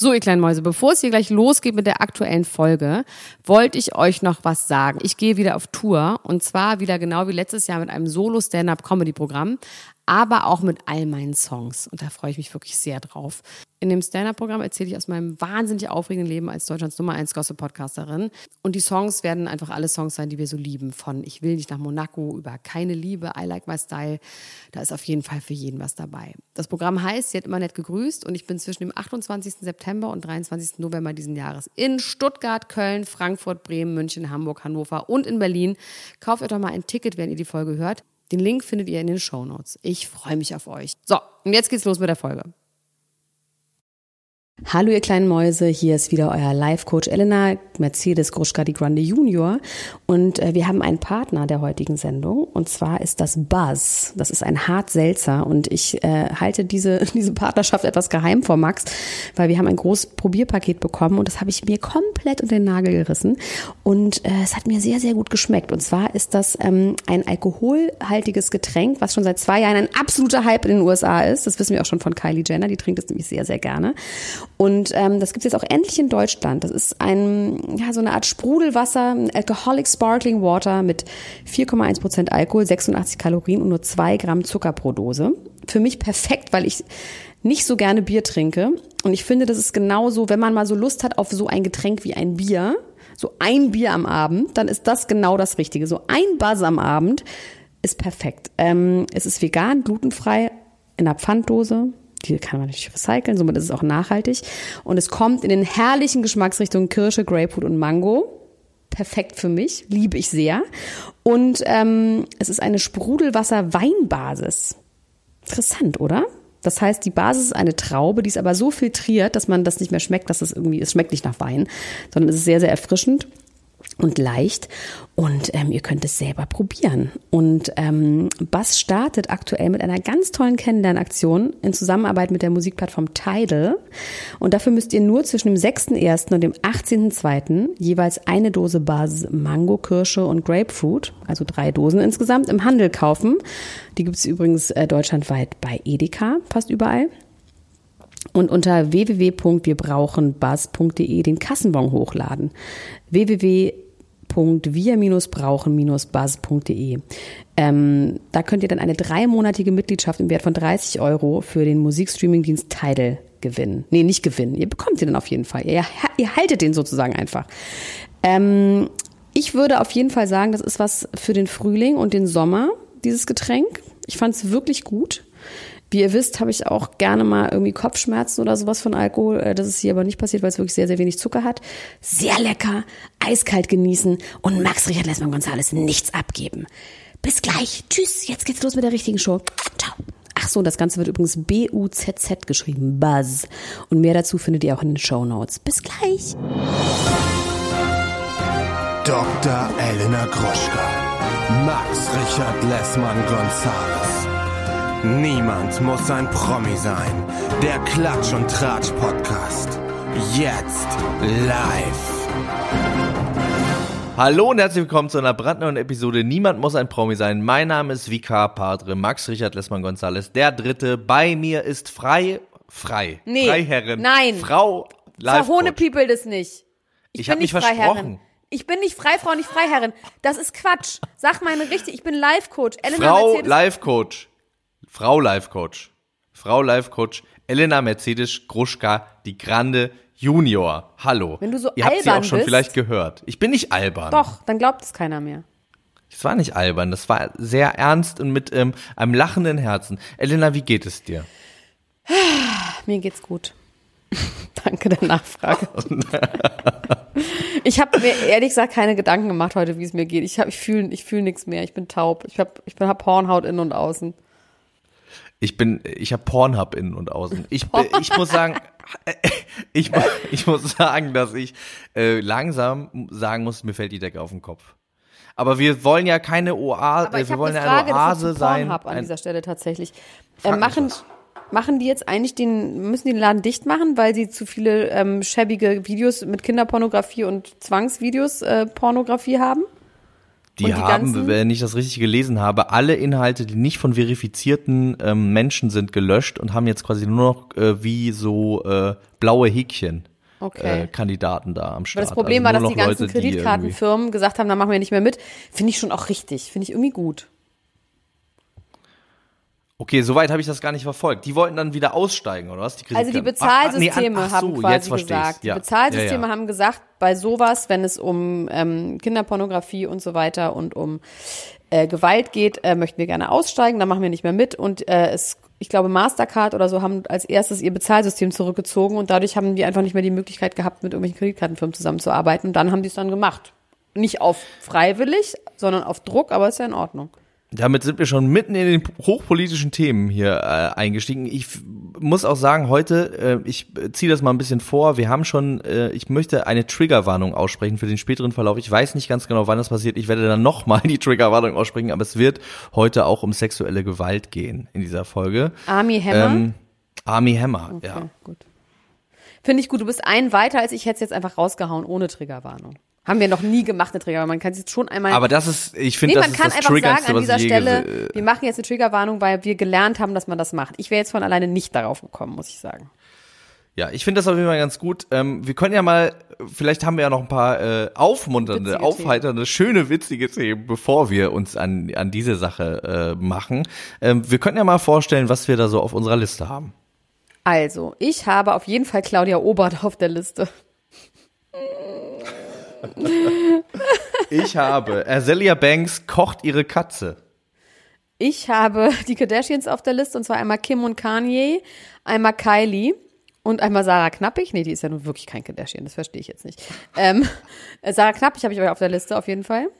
So, ihr kleinen Mäuse, bevor es hier gleich losgeht mit der aktuellen Folge, wollte ich euch noch was sagen. Ich gehe wieder auf Tour und zwar wieder genau wie letztes Jahr mit einem Solo-Stand-Up-Comedy-Programm, aber auch mit all meinen Songs. Und da freue ich mich wirklich sehr drauf. In dem Stand-Up-Programm erzähle ich aus meinem wahnsinnig aufregenden Leben als Deutschlands Nummer 1 Gossip-Podcasterin. Und die Songs werden einfach alle Songs sein, die wir so lieben. Von Ich will nicht nach Monaco über Keine Liebe, I Like My Style. Da ist auf jeden Fall für jeden was dabei. Das Programm heißt, Sie hat immer nett gegrüßt und ich bin zwischen dem 28. September und 23. November diesen Jahres in Stuttgart, Köln, Frankfurt, Bremen, München, Hamburg, Hannover und in Berlin. Kauft euch doch mal ein Ticket, wenn ihr die Folge hört. Den Link findet ihr in den Shownotes. Ich freue mich auf euch. So, und jetzt geht's los mit der Folge. Hallo ihr kleinen Mäuse, hier ist wieder euer Life-Coach Elena Mercedes Gruschka di Grande Junior und wir haben einen Partner der heutigen Sendung und zwar ist das Buzz. Das ist ein Hart-Seltzer und ich halte diese Partnerschaft etwas geheim vor Max, weil wir haben ein großes Probierpaket bekommen und das habe ich mir komplett unter den Nagel gerissen und es hat mir sehr, sehr gut geschmeckt und zwar ist das ein alkoholhaltiges Getränk, was schon seit 2 Jahren ein absoluter Hype in den USA ist. Das wissen wir auch schon von Kylie Jenner, die trinkt es nämlich sehr, sehr gerne. Und das gibt's jetzt auch endlich in Deutschland. Das ist so eine Art Sprudelwasser, Alcoholic Sparkling Water mit 4,1% Alkohol, 86 Kalorien und nur 2 Gramm Zucker pro Dose. Für mich perfekt, weil ich nicht so gerne Bier trinke. Und ich finde, das ist genauso, wenn man mal so Lust hat auf so ein Getränk wie ein Bier, so ein Bier am Abend, dann ist das genau das Richtige. So ein Buzz am Abend ist perfekt. Es ist vegan, glutenfrei, in einer Pfanddose. Die kann man natürlich recyceln, somit ist es auch nachhaltig. Und es kommt in den herrlichen Geschmacksrichtungen Kirsche, Grapefruit und Mango. Perfekt für mich, liebe ich sehr. Und es ist eine Sprudelwasser-Weinbasis. Interessant, oder? Das heißt, die Basis ist eine Traube, die ist aber so filtriert, dass man das nicht mehr schmeckt, es schmeckt nicht nach Wein, sondern es ist sehr, sehr erfrischend und leicht und ihr könnt es selber probieren. Und Buzz startet aktuell mit einer ganz tollen Kennenlernaktion in Zusammenarbeit mit der Musikplattform Tidal und dafür müsst ihr nur zwischen dem 6.1. und dem 18.2. jeweils eine Dose Buzz Mango, Kirsche und Grapefruit, also 3 Dosen insgesamt, im Handel kaufen. Die gibt es übrigens deutschlandweit bei Edeka, fast überall. Und unter www.wirbrauchenbuzz.de den Kassenbon hochladen. www.wir-brauchen-buzz.de. Da könnt ihr dann eine 3-monatige Mitgliedschaft im Wert von 30 € für den Musikstreamingdienst Tidal gewinnen. Nee, nicht gewinnen. Ihr bekommt den dann auf jeden Fall. Ihr haltet den sozusagen einfach. Ich würde auf jeden Fall sagen, das ist was für den Frühling und den Sommer, dieses Getränk. Ich fand es wirklich gut. Wie ihr wisst, habe ich auch gerne mal irgendwie Kopfschmerzen oder sowas von Alkohol. Das ist hier aber nicht passiert, weil es wirklich sehr, sehr wenig Zucker hat. Sehr lecker, eiskalt genießen und Max Richard Lessmann Gonzales nichts abgeben. Bis gleich. Tschüss, jetzt geht's los mit der richtigen Show. Ciao. Ach so, das Ganze wird übrigens B-U-Z-Z geschrieben, Buzz. Und mehr dazu findet ihr auch in den Shownotes. Bis gleich. Dr. Elena Gruschka, Max Richard Lessmann Gonzales. Niemand muss ein Promi sein. Der Klatsch- und Tratsch-Podcast. Jetzt live. Hallo und herzlich willkommen zu einer brandneuen Episode Niemand muss ein Promi sein. Mein Name ist Vikar Padre, Max Richard Lessmann Gonzales, der Dritte. Bei mir ist Freiherrin, nein, Frau Live-Coach. Verhohne-People das nicht. Ich habe mich versprochen. Ich bin nicht Freifrau, nicht Freiherrin. Das ist Quatsch. Sag mal richtig, ich bin Live-Coach. Frau Life-Coach, Elena Mercedes Gruschka di Grande Junior. Hallo. Wenn du so Ihr habt sie auch schon bist, vielleicht gehört. Ich bin nicht albern. Doch, dann glaubt es keiner mehr. Es war nicht albern, das war sehr ernst und mit einem lachenden Herzen. Elena, wie geht es dir? Mir geht's gut. Danke der Nachfrage. Ich habe mir ehrlich gesagt keine Gedanken gemacht heute, wie es mir geht. Ich fühle nichts mehr. Ich bin taub. Ich hab Hornhaut innen und außen. Ich habe Pornhub innen und außen. Ich muss sagen, ich muss sagen, dass ich langsam sagen muss, mir fällt die Decke auf den Kopf. Aber wir wollen ja keine Oase, wir wollen ja eine Oase sein. Pornhub an dieser Stelle tatsächlich. Machen die jetzt eigentlich müssen die den Laden dicht machen, weil sie zu viele schäbige Videos mit Kinderpornografie und Zwangsvideos Pornografie haben? Die haben, wenn ich das richtig gelesen habe, alle Inhalte, die nicht von verifizierten Menschen sind, gelöscht und haben jetzt quasi nur noch wie so blaue Häkchen Kandidaten da am Start. Aber das Problem war, dass die ganzen Kreditkartenfirmen gesagt haben, da machen wir nicht mehr mit. Finde ich schon auch richtig. Finde ich irgendwie gut. Okay, soweit habe ich das gar nicht verfolgt. Die wollten dann wieder aussteigen, oder was? Also die Bezahlsysteme haben quasi gesagt, die Bezahlsysteme haben gesagt, bei sowas, wenn es um Kinderpornografie und so weiter und um Gewalt geht, möchten wir gerne aussteigen, da machen wir nicht mehr mit. Und ich glaube, Mastercard oder so haben als erstes ihr Bezahlsystem zurückgezogen und dadurch haben die einfach nicht mehr die Möglichkeit gehabt, mit irgendwelchen Kreditkartenfirmen zusammenzuarbeiten. Und dann haben die es dann gemacht. Nicht auf freiwillig, sondern auf Druck, aber ist ja in Ordnung. Damit sind wir schon mitten in den hochpolitischen Themen hier eingestiegen. Ich muss auch sagen, heute, ich ziehe das mal ein bisschen vor, wir haben schon, ich möchte eine Triggerwarnung aussprechen für den späteren Verlauf. Ich weiß nicht ganz genau, wann das passiert. Ich werde dann nochmal die Triggerwarnung aussprechen, aber es wird heute auch um sexuelle Gewalt gehen in dieser Folge. Armie Hammer? Armie Hammer, okay, ja. Gut. Finde ich gut. Du bist einen weiter als ich hätte es jetzt einfach rausgehauen ohne Triggerwarnung. Haben wir noch nie gemacht, eine Triggerwarnung. Man kann es jetzt schon einmal. Aber das ist, ich finde, das ist das Triggerste, man kann einfach sagen an dieser Stelle, wir machen jetzt eine Triggerwarnung, weil wir gelernt haben, dass man das macht. Ich wäre jetzt von alleine nicht darauf gekommen, muss ich sagen. Ja, ich finde das auf jeden Fall ganz gut. Wir können ja mal, vielleicht haben wir ja noch ein paar aufmunternde, witzige aufheiternde, schöne, witzige Themen, bevor wir uns an diese Sache machen. Wir können ja mal vorstellen, was wir da so auf unserer Liste haben. Also, ich habe auf jeden Fall Claudia Obert auf der Liste. Ich habe Azealia Banks kocht ihre Katze. Ich habe die Kardashians auf der Liste, und zwar einmal Kim und Kanye, einmal Kylie und einmal Sarah Knappig. Nee, die ist ja nun wirklich kein Kardashian, das verstehe ich jetzt nicht. Sarah Knappig habe ich auf der Liste auf jeden Fall.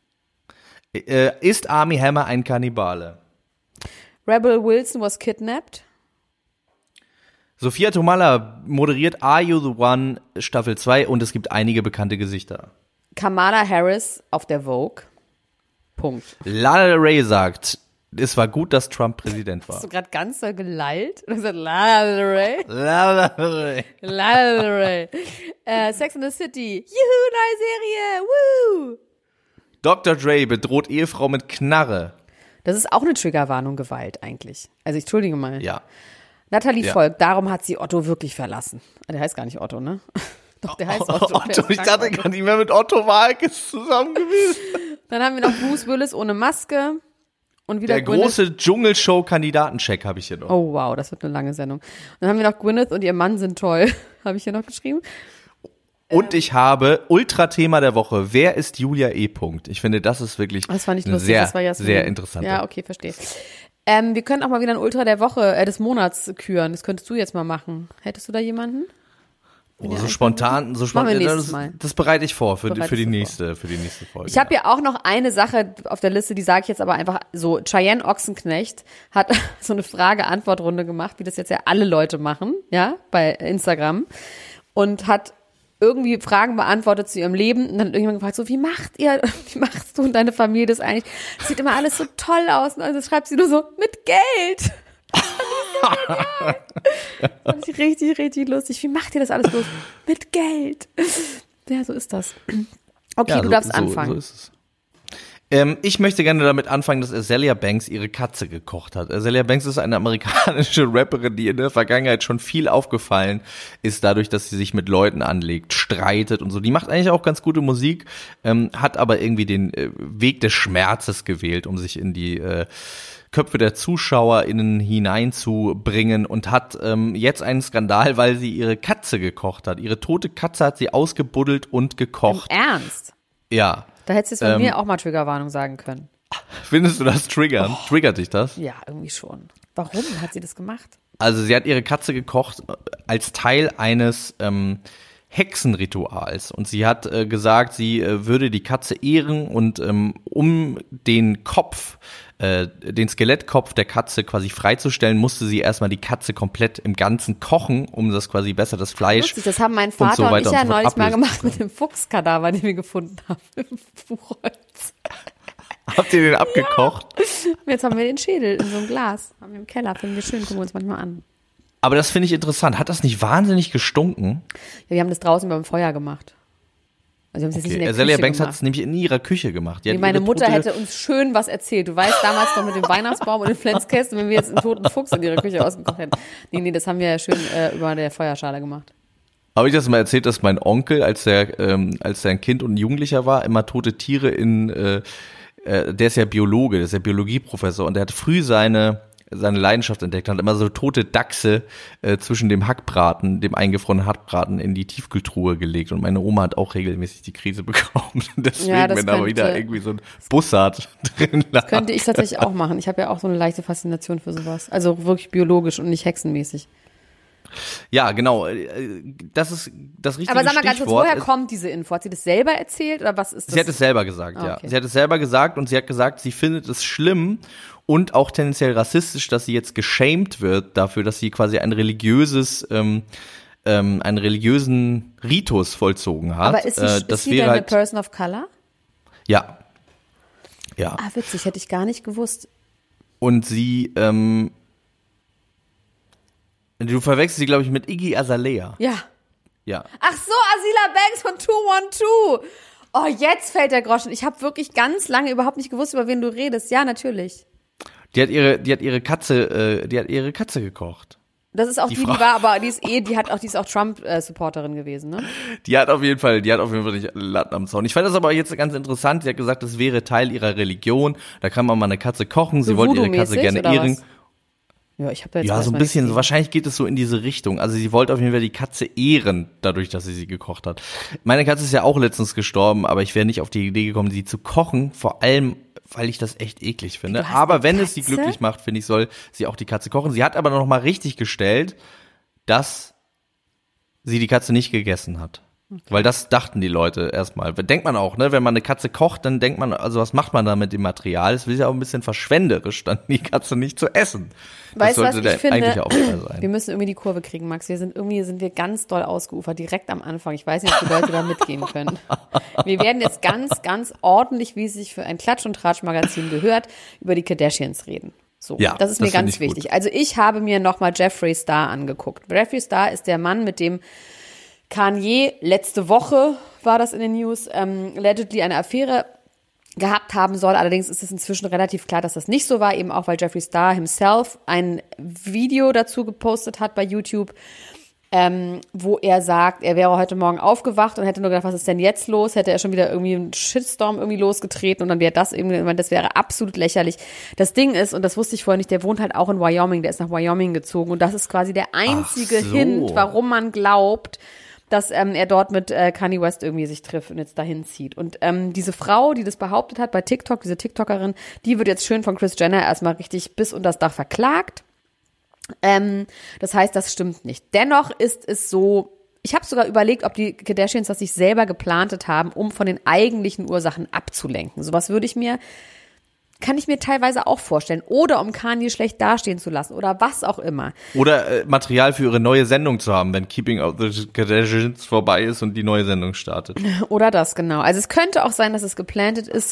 Ist Armie Hammer ein Kannibale? Rebel Wilson was kidnapped. Sophia Tomalla moderiert Are You the One Staffel 2 und es gibt einige bekannte Gesichter. Kamala Harris auf der Vogue. Punkt. Lana Del Rey sagt, es war gut, dass Trump Präsident war. Hast du gerade ganz so gelallt? Und gesagt, Lana Del Rey? Lana Del Rey. Lana Del Rey. Sex and the City. Juhu, neue Serie. Woo! Dr. Dre bedroht Ehefrau mit Knarre. Das ist auch eine Triggerwarnung Gewalt eigentlich. Also ich entschuldige mal. Ja. Natalie Volk, darum hat sie Otto wirklich verlassen. Der heißt gar nicht Otto, ne? Doch, der heißt Otto. Ich dachte gar nicht mehr mit Otto Walkes zusammen gewesen. Dann haben wir noch Bruce Willis ohne Maske. Und wieder der große Dschungelshow-Kandidatencheck habe ich hier noch. Oh wow, das wird eine lange Sendung. Dann haben wir noch Gwyneth und ihr Mann sind toll. Habe ich hier noch geschrieben. Und ich habe Ultra-Thema der Woche. Wer ist Julia E. Ich finde, das ist wirklich das war nicht eine lustig, das war sehr interessant. Ja, okay, verstehe. Wir können auch mal wieder ein Ultra der Woche, des Monats küren. Das könntest du jetzt mal machen. Hättest du da jemanden? Oh, so spontan, das bereite ich vor für die nächste Folge. Ich habe ja auch noch eine Sache auf der Liste, die sage ich jetzt aber einfach so. Cheyenne Ochsenknecht hat so eine Frage-Antwort-Runde gemacht, wie das jetzt ja alle Leute machen, ja, bei Instagram. Und hat irgendwie Fragen beantwortet zu ihrem Leben und dann hat irgendjemand gefragt, so, wie machst du und deine Familie das eigentlich? Das sieht immer alles so toll aus und also schreibt sie nur so, mit Geld. Das fand ich richtig, richtig lustig. Wie macht ihr das alles los? Mit Geld. Ja, so ist das. Okay, ja, du darfst anfangen. So ist es. Ich möchte gerne damit anfangen, dass Azealia Banks ihre Katze gekocht hat. Azealia Banks ist eine amerikanische Rapperin, die in der Vergangenheit schon viel aufgefallen ist, dadurch, dass sie sich mit Leuten anlegt, streitet und so. Die macht eigentlich auch ganz gute Musik, hat aber irgendwie den Weg des Schmerzes gewählt, um sich in die Köpfe der ZuschauerInnen hineinzubringen und hat jetzt einen Skandal, weil sie ihre Katze gekocht hat. Ihre tote Katze hat sie ausgebuddelt und gekocht. Im Ernst? Ja. Da hättest du jetzt von mir auch mal Triggerwarnung sagen können. Findest du das triggern? Oh. Triggert dich das? Ja, irgendwie schon. Warum hat sie das gemacht? Also sie hat ihre Katze gekocht als Teil eines Hexenrituals und sie hat gesagt, sie würde die Katze ehren und um den Kopf, den Skelettkopf der Katze quasi freizustellen, musste sie erstmal die Katze komplett im Ganzen kochen, um das quasi besser das Fleisch. Lustig, das haben mein Vater und ich ja neulich mal gemacht mit dem Fuchskadaver, den wir gefunden haben im Buchholz. Habt ihr den abgekocht? Ja. Jetzt haben wir den Schädel in so einem Glas. Haben wir im Keller, finden wir schön, gucken wir uns manchmal an. Aber das finde ich interessant. Hat das nicht wahnsinnig gestunken? Ja, wir haben das draußen beim Feuer gemacht. Also wir haben es jetzt nicht in der Azealia Küche Banks hat gemacht. es nämlich in ihrer Küche gemacht. Wie meine Mutter hätte uns schön was erzählt. Du weißt damals noch mit dem Weihnachtsbaum und den Flenskästen, wenn wir jetzt einen toten Fuchs in ihrer Küche ausgekocht hätten. Nee, das haben wir ja schön über der Feuerschale gemacht. Habe ich das mal erzählt, dass mein Onkel, als er ein Kind und ein Jugendlicher war, immer tote Tiere der ist ja Biologe, der ist ja Biologieprofessor und der hat früh seine Leidenschaft entdeckt und hat immer so tote Dachse zwischen dem Hackbraten, dem eingefrorenen Hackbraten in die Tiefkühltruhe gelegt und meine Oma hat auch regelmäßig die Krise bekommen. Deswegen, Ja, wenn da wieder irgendwie so ein Bussard drin lag. Das könnte ich tatsächlich auch machen. Ich habe ja auch so eine leichte Faszination für sowas. Also wirklich biologisch und nicht hexenmäßig. Ja, genau. Das ist das richtige Aber sag mal ganz kurz, Stichwort. woher kommt diese Info? Hat sie das selber erzählt oder was ist das? Sie hat es selber gesagt, ja. Okay. Sie hat es selber gesagt und sie hat gesagt, sie findet es schlimm und auch tendenziell rassistisch, dass sie jetzt geschämt wird dafür, dass sie quasi einen religiösen Ritus vollzogen hat. Aber ist sie denn eine Person of Color? Ja. Ja. Ah, witzig, hätte ich gar nicht gewusst. Und sie, du verwechselst sie, glaube ich, mit Iggy Azalea. Ja. Ja. Ach so, Azealia Banks von 212. Oh, jetzt fällt der Groschen. Ich habe wirklich ganz lange überhaupt nicht gewusst, über wen du redest. Ja, natürlich. Die hat ihre Katze gekocht. Das ist auch die war, aber die ist auch Trump-Supporterin gewesen, ne? Die hat auf jeden Fall nicht Latten am Zaun. Ich fand das aber jetzt ganz interessant. Sie hat gesagt, das wäre Teil ihrer Religion. Da kann man mal eine Katze kochen. Sie wollte ihre Katze gerne ehren. Ja, ich habe da jetzt Ja, so ein bisschen. So, wahrscheinlich geht es so in diese Richtung. Also sie wollte auf jeden Fall die Katze ehren, dadurch, dass sie gekocht hat. Meine Katze ist ja auch letztens gestorben, aber ich wäre nicht auf die Idee gekommen, sie zu kochen. Vor allem, weil ich das echt eklig finde. Aber wenn es sie glücklich macht, finde ich, soll sie auch die Katze kochen. Sie hat aber noch mal richtig gestellt, dass sie die Katze nicht gegessen hat. Okay. Weil das dachten die Leute erstmal. Denkt man auch, ne? Wenn man eine Katze kocht, dann denkt man, also was macht man da mit dem Material? Es ist ja auch ein bisschen verschwenderisch, dann die Katze nicht zu essen. Weißt du, was ich finde? Eigentliche Aufgabe sein. Wir müssen irgendwie die Kurve kriegen, Max. Sind wir ganz doll ausgeufert, direkt am Anfang. Ich weiß nicht, ob die Leute da mitgehen können. Wir werden jetzt ganz, ganz ordentlich, wie es sich für ein Klatsch- und Tratsch-Magazin gehört, über die Kardashians reden. So, ja, das ist mir ganz wichtig. Gut. Also ich habe mir nochmal Jeffree Star angeguckt. Jeffree Star ist der Mann, mit dem Kanye letzte Woche, war das in den News, allegedly eine Affäre gehabt haben soll. Allerdings ist es inzwischen relativ klar, dass das nicht so war, eben auch, weil Jeffree Star himself ein Video dazu gepostet hat bei YouTube, wo er sagt, er wäre heute Morgen aufgewacht und hätte nur gedacht, was ist denn jetzt los? Hätte er schon wieder irgendwie einen Shitstorm irgendwie losgetreten und dann wäre das irgendwie, das wäre absolut lächerlich. Das Ding ist, und das wusste ich vorher nicht, der wohnt halt auch in Wyoming, der ist nach Wyoming gezogen und das ist quasi der einzige Hint, warum man glaubt, dass er dort mit Kanye West irgendwie sich trifft und jetzt dahin zieht. Und diese Frau, die das behauptet hat bei TikTok, diese TikTokerin, die wird jetzt schön von Kris Jenner erstmal richtig bis unter das Dach verklagt. Das heißt, das stimmt nicht. Dennoch ist es so, ich habe sogar überlegt, ob die Kardashians das sich selber geplantet haben, um von den eigentlichen Ursachen abzulenken. Sowas kann ich mir teilweise auch vorstellen. Oder um Kanye schlecht dastehen zu lassen oder was auch immer. Oder Material für ihre neue Sendung zu haben, wenn Keeping Up the Kardashians vorbei ist und die neue Sendung startet. Oder das, genau. Also es könnte auch sein, dass es geplantet ist,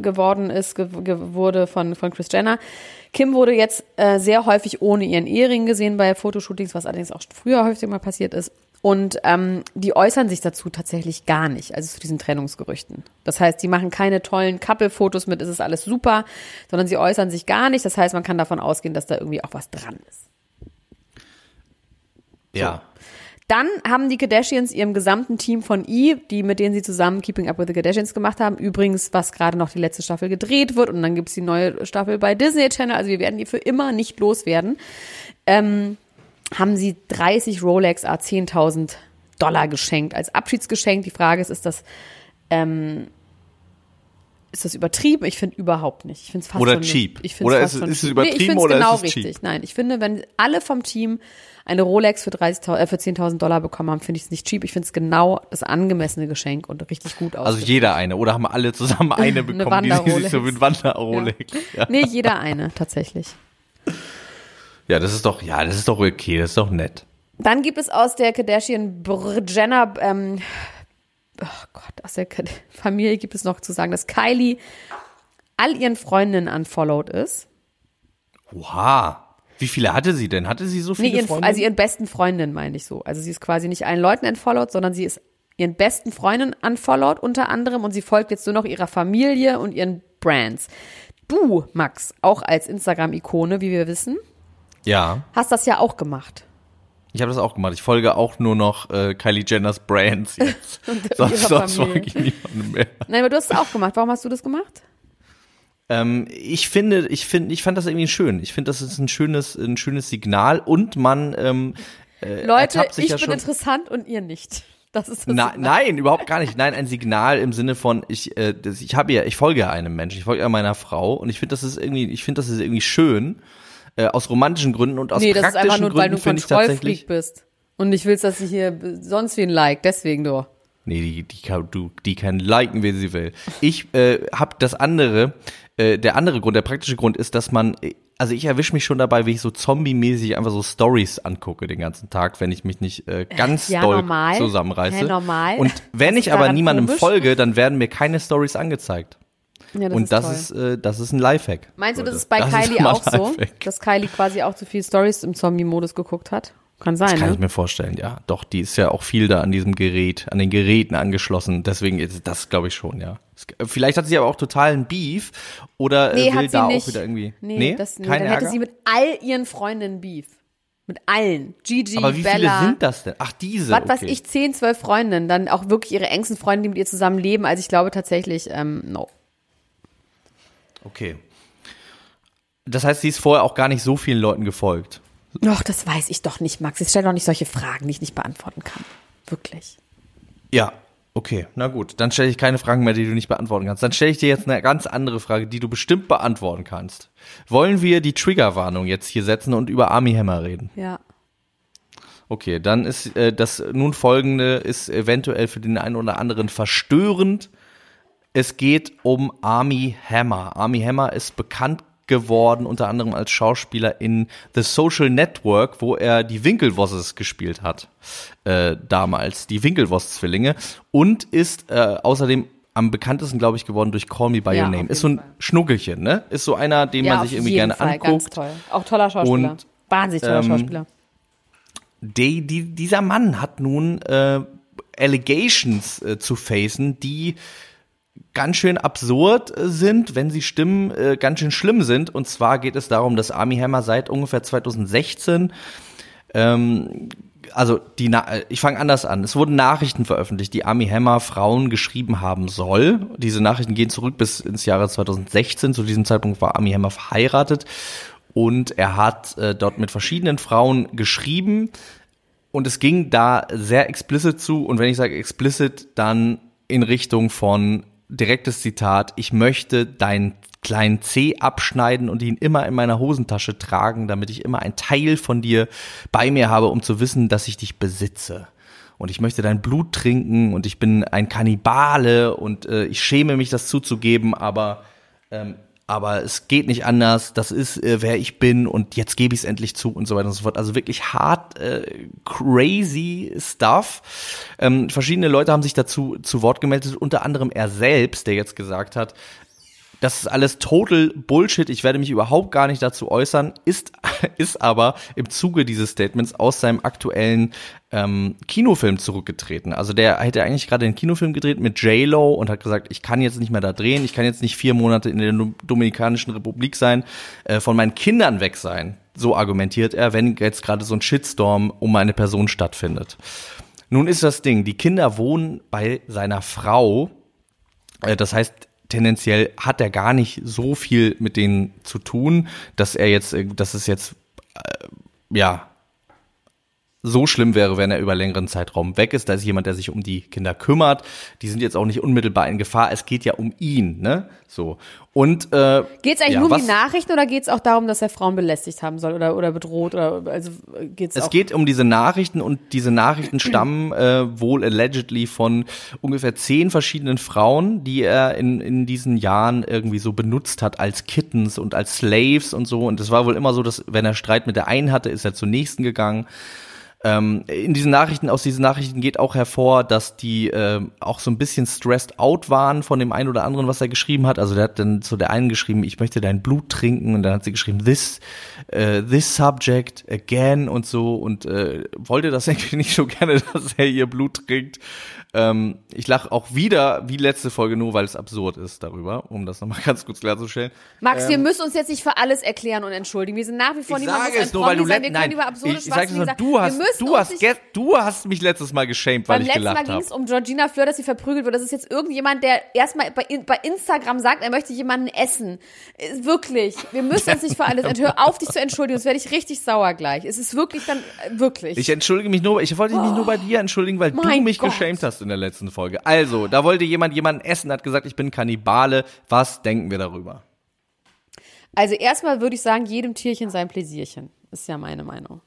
wurde von Kris Jenner. Kim wurde jetzt sehr häufig ohne ihren Ehering gesehen bei Fotoshootings, was allerdings auch früher häufig mal passiert ist. Und die äußern sich dazu tatsächlich gar nicht, also zu diesen Trennungsgerüchten. Das heißt, die machen keine tollen Couple-Fotos mit, es ist alles super, sondern sie äußern sich gar nicht. Das heißt, man kann davon ausgehen, dass da irgendwie auch was dran ist. Ja. So. Dann haben die Kardashians ihrem gesamten Team von mit denen sie zusammen Keeping Up with the Kardashians gemacht haben, übrigens, was gerade noch die letzte Staffel gedreht wird und dann gibt's die neue Staffel bei Disney Channel, also wir werden die für immer nicht loswerden, haben sie 30 Rolex à $10.000 geschenkt, als Abschiedsgeschenk. Die Frage ist das übertrieben? Ich finde überhaupt nicht. Ich finde es fast oder schon cheap. Oder ist es übertrieben oder genau ist es cheap? Richtig. Nein, ich finde, wenn alle vom Team eine Rolex für $10.000 bekommen haben, finde ich es nicht cheap. Ich finde es genau das angemessene Geschenk und richtig gut aus. Also jeder eine. Oder haben alle zusammen eine bekommen, die sich so mit Wander-Rolex. Ja. Nee, jeder eine, tatsächlich. Ja, das ist doch okay, das ist doch nett. Dann gibt es aus der Kardashian-Jenner, aus der Familie gibt es noch zu sagen, dass Kylie all ihren Freundinnen unfollowed ist. Oha. Wie viele hatte sie denn? Hatte sie so viele Freundinnen? Also ihren besten Freundinnen, meine ich so. Also sie ist quasi nicht allen Leuten unfollowed, sondern sie ist ihren besten Freundin unfollowed unter anderem und sie folgt jetzt nur noch ihrer Familie und ihren Brands. Du, Max, auch als Instagram-Ikone, wie wir wissen, hast das ja auch gemacht. Ich habe das auch gemacht. Ich folge auch nur noch Kylie Jenners Brands jetzt. sonst folge ich niemandem mehr. Nein, aber du hast es auch gemacht. Warum hast du das gemacht? Ich fand das irgendwie schön. Ich finde, das ist ein schönes Signal und man Leute, ich bin interessant und ihr nicht. Das ist das Nein, überhaupt gar nicht. Nein, ein Signal im Sinne von ich folge ja einem Menschen, ich folge ja meiner Frau und ich finde, das ist irgendwie schön aus romantischen Gründen und aus praktischen Gründen. Nee, das ist einfach nur, weil du Kontrollfreak bist und nicht willst, dass ich hier sonst wen like, deswegen doch. Nee, die kann liken, wie sie will. Ich habe das andere, der andere Grund, der praktische Grund ist, dass also ich erwische mich schon dabei, wie ich so zombie-mäßig einfach so Stories angucke den ganzen Tag, wenn ich mich nicht ganz doll zusammenreiße. Normal. Und wenn ich aber niemandem folge, dann werden mir keine Stories angezeigt. Ja, und das ist ein Lifehack. Meinst du, das ist bei Kylie auch so, dass Kylie quasi auch zu viel Stories im Zombie-Modus geguckt hat? Kann sein, das kann ich mir vorstellen, ja. Doch, die ist ja auch viel da an den Geräten angeschlossen. Deswegen ist das, glaube ich, schon, ja. Vielleicht hat sie aber auch totalen Beef oder will da auch wieder irgendwie. Nee, dann hätte sie mit all ihren Freundinnen Beef. Mit allen. Gigi, aber wie Bella. Viele sind das denn? Ach, diese. Was weiß ich, 10, 12 Freundinnen. Dann auch wirklich ihre engsten Freunde, die mit ihr zusammen leben. Also ich glaube tatsächlich, no. Okay. Das heißt, sie ist vorher auch gar nicht so vielen Leuten gefolgt. Doch, das weiß ich doch nicht, Max. Jetzt stell doch nicht solche Fragen, die ich nicht beantworten kann. Wirklich. Ja, okay. Na gut, dann stelle ich keine Fragen mehr, die du nicht beantworten kannst. Dann stelle ich dir jetzt eine ganz andere Frage, die du bestimmt beantworten kannst. Wollen wir die Triggerwarnung jetzt hier setzen und über Armie Hammer reden? Ja. Okay, dann ist das nun folgende ist eventuell für den einen oder anderen verstörend. Es geht um Armie Hammer. Armie Hammer ist bekannt geworden, unter anderem als Schauspieler in The Social Network, wo er die Winklevosses gespielt hat, damals, die Winklevoss-Zwillinge, und ist außerdem am bekanntesten, glaube ich, geworden durch Call Me By Your Name. Ist so ein Schnuckelchen, ne? Ist so einer, den man sich irgendwie gerne anguckt. Ganz toll. Auch toller Schauspieler. Und, wahnsinnig toller Schauspieler. Dieser Mann hat nun Allegations zu facen, die ganz schön absurd sind, wenn sie stimmen, ganz schön schlimm sind. Und zwar geht es darum, dass Armie Hammer seit ungefähr 2016, ich fange anders an. Es wurden Nachrichten veröffentlicht, die Armie Hammer Frauen geschrieben haben soll. Diese Nachrichten gehen zurück bis ins Jahre 2016. Zu diesem Zeitpunkt war Armie Hammer verheiratet und er hat dort mit verschiedenen Frauen geschrieben. Und es ging da sehr explicit zu. Und wenn ich sage explicit, dann in Richtung von direktes Zitat: Ich möchte deinen kleinen Zeh abschneiden und ihn immer in meiner Hosentasche tragen, damit ich immer ein Teil von dir bei mir habe, um zu wissen, dass ich dich besitze. Und ich möchte dein Blut trinken und ich bin ein Kannibale und ich schäme mich, das zuzugeben, aber es geht nicht anders, das ist, wer ich bin und jetzt gebe ich es endlich zu und so weiter und so fort. Also wirklich hart, crazy stuff. Verschiedene Leute haben sich dazu zu Wort gemeldet, unter anderem er selbst, der jetzt gesagt hat, das ist alles total Bullshit, ich werde mich überhaupt gar nicht dazu äußern, ist aber im Zuge dieses Statements aus seinem aktuellen Kinofilm zurückgetreten. Also der hätte eigentlich gerade einen Kinofilm gedreht mit J-Lo und hat gesagt, ich kann jetzt nicht mehr da drehen, ich kann jetzt nicht 4 Monate in der Dominikanischen Republik sein, von meinen Kindern weg sein. So argumentiert er, wenn jetzt gerade so ein Shitstorm um eine Person stattfindet. Nun ist das Ding, die Kinder wohnen bei seiner Frau, das heißt, tendenziell hat er gar nicht so viel mit denen zu tun, dass es jetzt so schlimm wäre, wenn er über längeren Zeitraum weg ist. Da ist jemand, der sich um die Kinder kümmert. Die sind jetzt auch nicht unmittelbar in Gefahr. Es geht ja um ihn, ne? So. Und geht's eigentlich nur um die Nachrichten oder geht's auch darum, dass er Frauen belästigt haben soll oder bedroht oder also geht's auch? Es geht um diese Nachrichten und diese Nachrichten stammen wohl allegedly von ungefähr 10 verschiedenen Frauen, die er in diesen Jahren irgendwie so benutzt hat als Kittens und als Slaves und so. Und es war wohl immer so, dass wenn er Streit mit der einen hatte, ist er zur nächsten gegangen. aus diesen Nachrichten geht auch hervor, dass die auch so ein bisschen stressed out waren von dem einen oder anderen, was er geschrieben hat. Also der hat dann zu der einen geschrieben, ich möchte dein Blut trinken, und dann hat sie geschrieben, this subject again und so, und wollte das irgendwie nicht so gerne, dass er ihr Blut trinkt. Ich lache auch wieder, wie letzte Folge, nur weil es absurd ist darüber, um das nochmal ganz kurz klarzustellen. Max, wir müssen uns jetzt nicht für alles erklären und entschuldigen. Wir sind nach wie vor niemand muss ein Promi sein. Wir können über absurde Schwachsinn sagen. Du hast mich letztes Mal geschämt, weil ich gelacht habe. Beim letzten Mal ging es um Georgina Fleur, dass sie verprügelt wird. Das ist jetzt irgendjemand, der erstmal bei Instagram sagt, er möchte jemanden essen. Wirklich. Wir müssen uns nicht für alles entschuldigen. Hör auf, dich zu entschuldigen. Sonst werde ich richtig sauer gleich. Es ist wirklich dann, wirklich. Ich entschuldige mich nur, ich wollte mich nur bei dir entschuldigen, weil du mich geschämt hast in der letzten Folge. Also, da wollte jemanden essen, hat gesagt, ich bin Kannibale. Was denken wir darüber? Also erstmal würde ich sagen, jedem Tierchen sein Pläsierchen. Ist ja meine Meinung.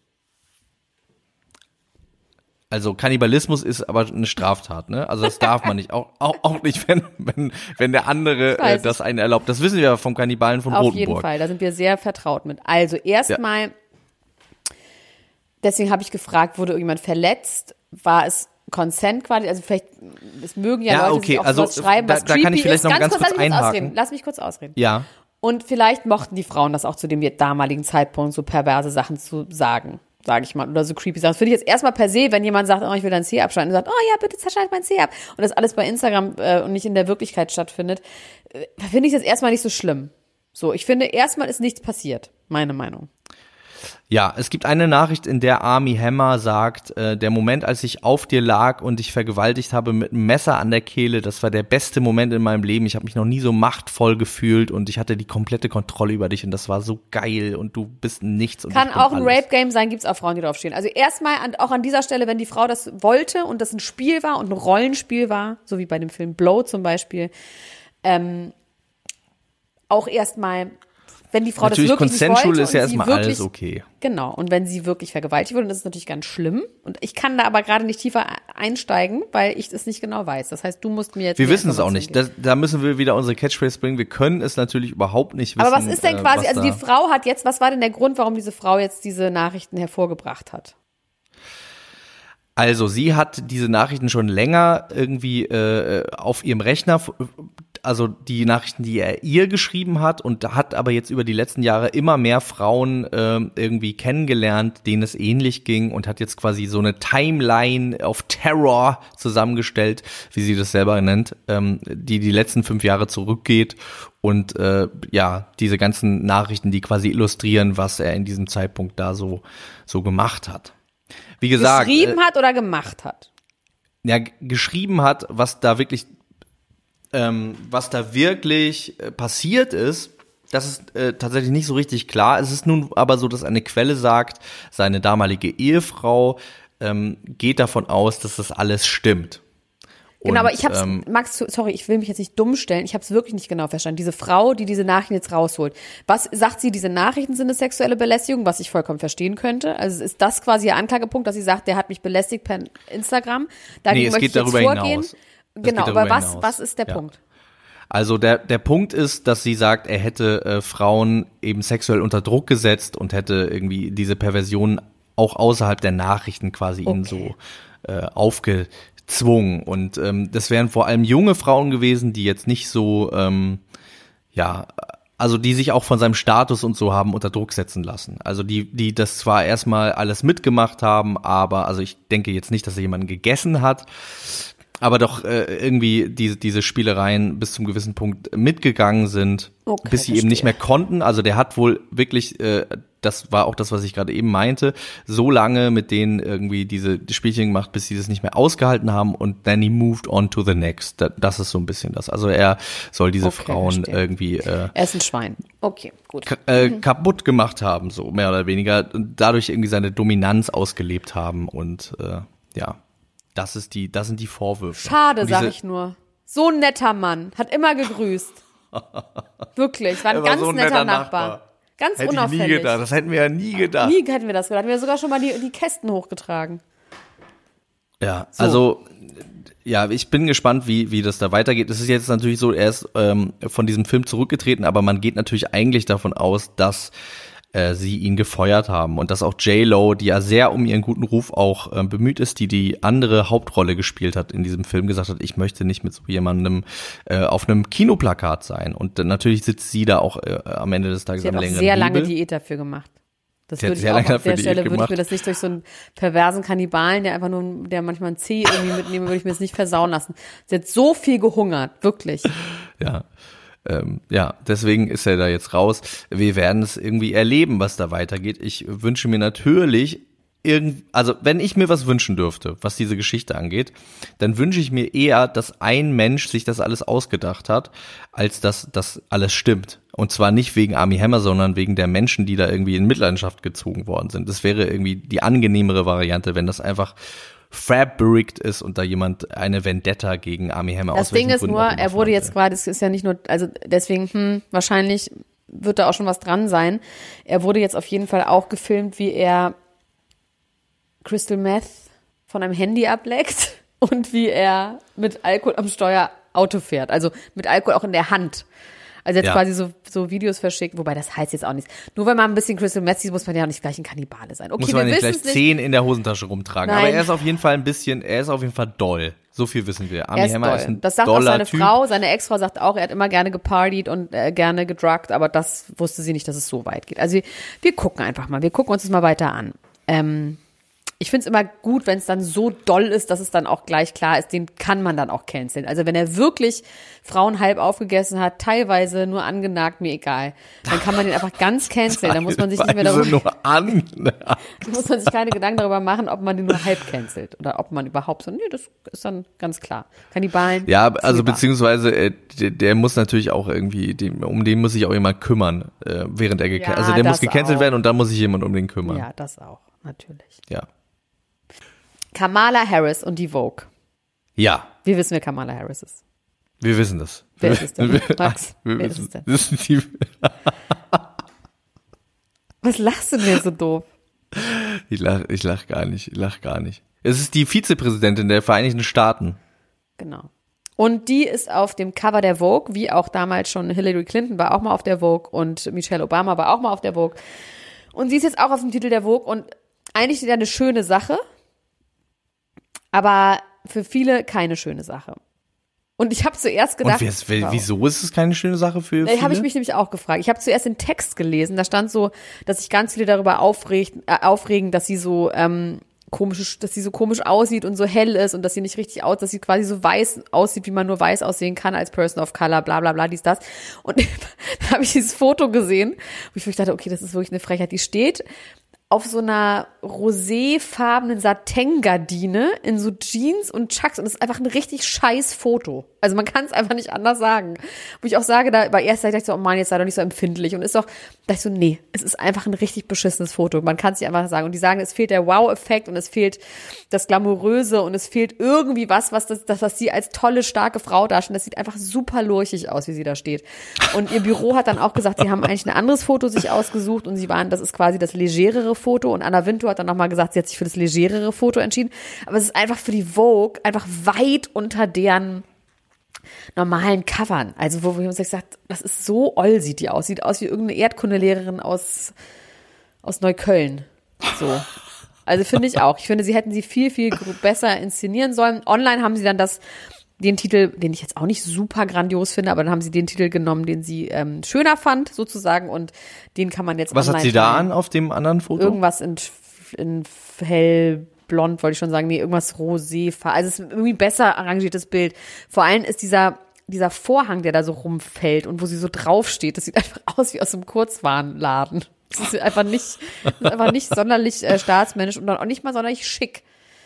Also Kannibalismus ist aber eine Straftat, ne? Also das darf man nicht. Auch nicht, wenn der andere das einen erlaubt. Das wissen wir ja vom Kannibalen von Rotenburg. Auf jeden Fall, da sind wir sehr vertraut mit. Also erstmal, deswegen habe ich gefragt, wurde irgendjemand verletzt? War es Consent quasi? Also vielleicht, es mögen ja Leute sich auch sowas schreiben, was creepy kann ich vielleicht ist. noch ganz kurz einhaken. Lass mich kurz ausreden. Ja. Und vielleicht mochten die Frauen das auch zu dem damaligen Zeitpunkt, so perverse Sachen zu sagen, sage ich mal, oder so creepy Sachen. Das finde ich jetzt erstmal per se, wenn jemand sagt, oh, ich will dein C abschneiden, und sagt, oh ja, bitte zerschneid mein C ab, und das alles bei Instagram und nicht in der Wirklichkeit stattfindet, finde ich das erstmal nicht so schlimm. So, ich finde, erstmal ist nichts passiert, meine Meinung. Ja, es gibt eine Nachricht, in der Armie Hammer sagt, der Moment, als ich auf dir lag und dich vergewaltigt habe mit einem Messer an der Kehle, das war der beste Moment in meinem Leben. Ich habe mich noch nie so machtvoll gefühlt und ich hatte die komplette Kontrolle über dich und das war so geil und du bist nichts. Und kann auch ein Rape-Game sein, gibt's auch Frauen, die drauf stehen. Also erstmal auch an dieser Stelle, wenn die Frau das wollte und das ein Spiel war und ein Rollenspiel war, so wie bei dem Film Blow zum Beispiel, auch erstmal, wenn die Frau natürlich das wirklich nicht wollte, ist ja erstmal alles okay. Genau, und wenn sie wirklich vergewaltigt wurde, das ist natürlich ganz schlimm. Und ich kann da aber gerade nicht tiefer einsteigen, weil ich es nicht genau weiß. Das heißt, du musst mir jetzt. Wir wissen es auch nicht. Da müssen wir wieder unsere Catchphrase bringen. Wir können es natürlich überhaupt nicht wissen. Aber was ist denn quasi, also die Frau hat jetzt, was war denn der Grund, warum diese Frau jetzt diese Nachrichten hervorgebracht hat? Also sie hat diese Nachrichten schon länger irgendwie auf ihrem Rechner, also die Nachrichten, die er ihr geschrieben hat, und hat aber jetzt über die letzten Jahre immer mehr Frauen irgendwie kennengelernt, denen es ähnlich ging, und hat jetzt quasi so eine Timeline auf Terror zusammengestellt, wie sie das selber nennt, die letzten 5 Jahre zurückgeht, und diese ganzen Nachrichten, die quasi illustrieren, was er in diesem Zeitpunkt da so gemacht hat. Wie gesagt, geschrieben hat oder gemacht hat? Ja, geschrieben hat, was da wirklich passiert ist, das ist tatsächlich nicht so richtig klar. Es ist nun aber so, dass eine Quelle sagt, seine damalige Ehefrau geht davon aus, dass das alles stimmt. Genau, aber ich hab's, Max, sorry, ich will mich jetzt nicht dumm stellen, ich hab's wirklich nicht genau verstanden. Diese Frau, die diese Nachrichten jetzt rausholt, was sagt sie, diese Nachrichten sind eine sexuelle Belästigung, was ich vollkommen verstehen könnte? Also ist das quasi ihr Anklagepunkt, dass sie sagt, der hat mich belästigt per Instagram? Dagegen möchte ich jetzt vorgehen. Genau, aber was ist der Punkt? Also der Punkt ist, dass sie sagt, er hätte Frauen eben sexuell unter Druck gesetzt und hätte irgendwie diese Perversion auch außerhalb der Nachrichten quasi ihnen so aufgezwungen. Und das wären vor allem junge Frauen gewesen, die jetzt nicht so, also die sich auch von seinem Status und so haben unter Druck setzen lassen. Also die das zwar erstmal alles mitgemacht haben, aber also ich denke jetzt nicht, dass er jemanden gegessen hat, aber doch irgendwie diese Spielereien bis zum gewissen Punkt mitgegangen sind, bis sie eben nicht mehr konnten. Also der hat wohl wirklich, das war auch das, was ich gerade eben meinte, so lange mit denen irgendwie diese Spielchen gemacht, bis sie das nicht mehr ausgehalten haben, und then he moved on to the next. Das ist so ein bisschen das. Also er soll diese Frauen irgendwie er ist ein Schwein. Okay, gut. Kaputt gemacht haben, so mehr oder weniger, und dadurch irgendwie seine Dominanz ausgelebt haben, und das sind die Vorwürfe. Schade, sag ich nur. So ein netter Mann. Hat immer gegrüßt. Wirklich, war ein ganz so netter Nachbar. Ganz hätte unauffällig. Ich nie gedacht. Das hätten wir ja nie gedacht. Nie hätten wir das gedacht. Wir haben sogar schon mal die Kästen hochgetragen. Ja, so. Also ich bin gespannt, wie das da weitergeht. Es ist jetzt natürlich so, er ist von diesem Film zurückgetreten, aber man geht natürlich eigentlich davon aus, dass sie ihn gefeuert haben und dass auch J-Lo, die ja sehr um ihren guten Ruf auch bemüht ist, die andere Hauptrolle gespielt hat in diesem Film, gesagt hat, ich möchte nicht mit so jemandem auf einem Kinoplakat sein. Und natürlich sitzt sie da auch am Ende des Tages am längeren Hebel. Sie hat auch sehr lange Hebel. Diät dafür gemacht. Das Sie hat würde ich sehr auch lange auf der dafür Stelle, Diät würde ich mir gemacht. das nicht durch so einen perversen Kannibalen, der manchmal einen Zeh irgendwie mitnehmen, würde ich mir das nicht versauen lassen. Sie hat so viel gehungert, wirklich. Ja, deswegen ist er da jetzt raus. Wir werden es irgendwie erleben, was da weitergeht. Ich wünsche mir natürlich also wenn ich mir was wünschen dürfte, was diese Geschichte angeht, dann wünsche ich mir eher, dass ein Mensch sich das alles ausgedacht hat, als dass das alles stimmt. Und zwar nicht wegen Armie Hammer, sondern wegen der Menschen, die da irgendwie in Mitleidenschaft gezogen worden sind. Das wäre irgendwie die angenehmere Variante, wenn das einfach fabrikt ist und da jemand eine Vendetta gegen Armie Hammer Das Ding ist nur, er wurde jetzt gerade, es ist ja nicht nur, also deswegen, wahrscheinlich wird da auch schon was dran sein. Er wurde jetzt auf jeden Fall auch gefilmt, wie er Crystal Meth von einem Handy ableckt und wie er mit Alkohol am Steuer Auto fährt. Also mit Alkohol auch in der Hand. Also jetzt quasi so Videos verschickt, wobei das heißt jetzt auch nichts. Nur wenn man ein bisschen Crystal Meth sieht, muss man ja auch nicht gleich ein Kannibale sein. Okay, muss man wir nicht gleich wissen's 10 in der Hosentasche rumtragen. Nein. Aber er ist auf jeden Fall er ist auf jeden Fall doll. So viel wissen wir. Armie Hammer doll. ist ein Das sagt auch doller seine Typ. Frau, seine Ex-Frau sagt auch, er hat immer gerne gepartied und gerne gedruckt, aber das wusste sie nicht, dass es so weit geht. Also wir gucken einfach mal, wir gucken uns das mal weiter an. Ich finde es immer gut, wenn es dann so doll ist, dass es dann auch gleich klar ist, den kann man dann auch canceln. Also wenn er wirklich Frauen halb aufgegessen hat, teilweise nur angenagt, mir egal, dann kann man den einfach ganz canceln. Da muss man sich nicht mehr muss man sich keine Gedanken darüber machen, ob man den nur halb cancelt oder ob man überhaupt so, nee, das ist dann ganz klar. Kannibalen. Ja, also beziehungsweise der muss natürlich auch irgendwie, um den muss sich auch jemand kümmern, während er also der muss gecancelt werden und dann muss sich jemand um den kümmern. Ja, das auch, natürlich. Ja. Kamala Harris und die Vogue. Ja. Wir wissen, wer Kamala Harris ist. Wir wissen das. Wer ist es denn? Max, wer ist es denn? Was lachst du denn so doof? Ich lach gar nicht. Es ist die Vizepräsidentin der Vereinigten Staaten. Genau. Und die ist auf dem Cover der Vogue, wie auch damals schon Hillary Clinton war auch mal auf der Vogue und Michelle Obama war auch mal auf der Vogue. Und sie ist jetzt auch auf dem Titel der Vogue und eigentlich ist ja eine schöne Sache, aber für viele keine schöne Sache. Und ich habe zuerst gedacht, wieso ist es keine schöne Sache für viele? Habe ich mich nämlich auch gefragt. Ich habe zuerst den Text gelesen, da stand so, dass sich ganz viele darüber aufregen, dass sie so komisch aussieht und so hell ist und dass sie nicht richtig dass sie quasi so weiß aussieht, wie man nur weiß aussehen kann als Person of Color, bla bla bla, dies, das. Und da habe ich dieses Foto gesehen, wo ich dachte, okay, das ist wirklich eine Frechheit. Die steht auf so einer roséfarbenen Satin-Gardine in so Jeans und Chucks und das ist einfach ein richtig scheiß Foto. Also man kann es einfach nicht anders sagen. Wo ich auch sage, bei erster Zeit dachte ich so, oh Mann, jetzt sei doch nicht so empfindlich und ist doch, da ich so, nee, es ist einfach ein richtig beschissenes Foto. Man kann es nicht einfach sagen. Und die sagen, es fehlt der Wow-Effekt und es fehlt das Glamouröse und es fehlt irgendwie was sie als tolle, starke Frau darstellt. Das sieht einfach super lurchig aus, wie sie da steht. Und ihr Büro hat dann auch gesagt, sie haben eigentlich ein anderes Foto sich ausgesucht und das ist quasi das legerere Foto und Anna Wintour hat dann nochmal gesagt, sie hat sich für das legerere Foto entschieden. Aber es ist einfach für die Vogue einfach weit unter deren normalen Covern. Also wo wir uns gesagt, das ist so oll, sieht die aus. Sieht aus wie irgendeine Erdkundelehrerin aus Neukölln. So. Also finde ich auch. Ich finde, sie hätten sie viel, viel besser inszenieren sollen. Online haben sie dann den Titel, den ich jetzt auch nicht super grandios finde, aber dann haben sie den Titel genommen, den sie schöner fand, sozusagen, und den kann man jetzt Was online hat sie da an auf dem anderen Foto? Irgendwas in hellblond, wollte ich schon sagen, nee, irgendwas rosé. Also es ist irgendwie besser arrangiertes Bild. Vor allem ist dieser Vorhang, der da so rumfällt und wo sie so draufsteht, das sieht einfach aus wie aus einem Kurzwarenladen. Das ist einfach nicht sonderlich staatsmännisch und dann auch nicht mal sonderlich schick.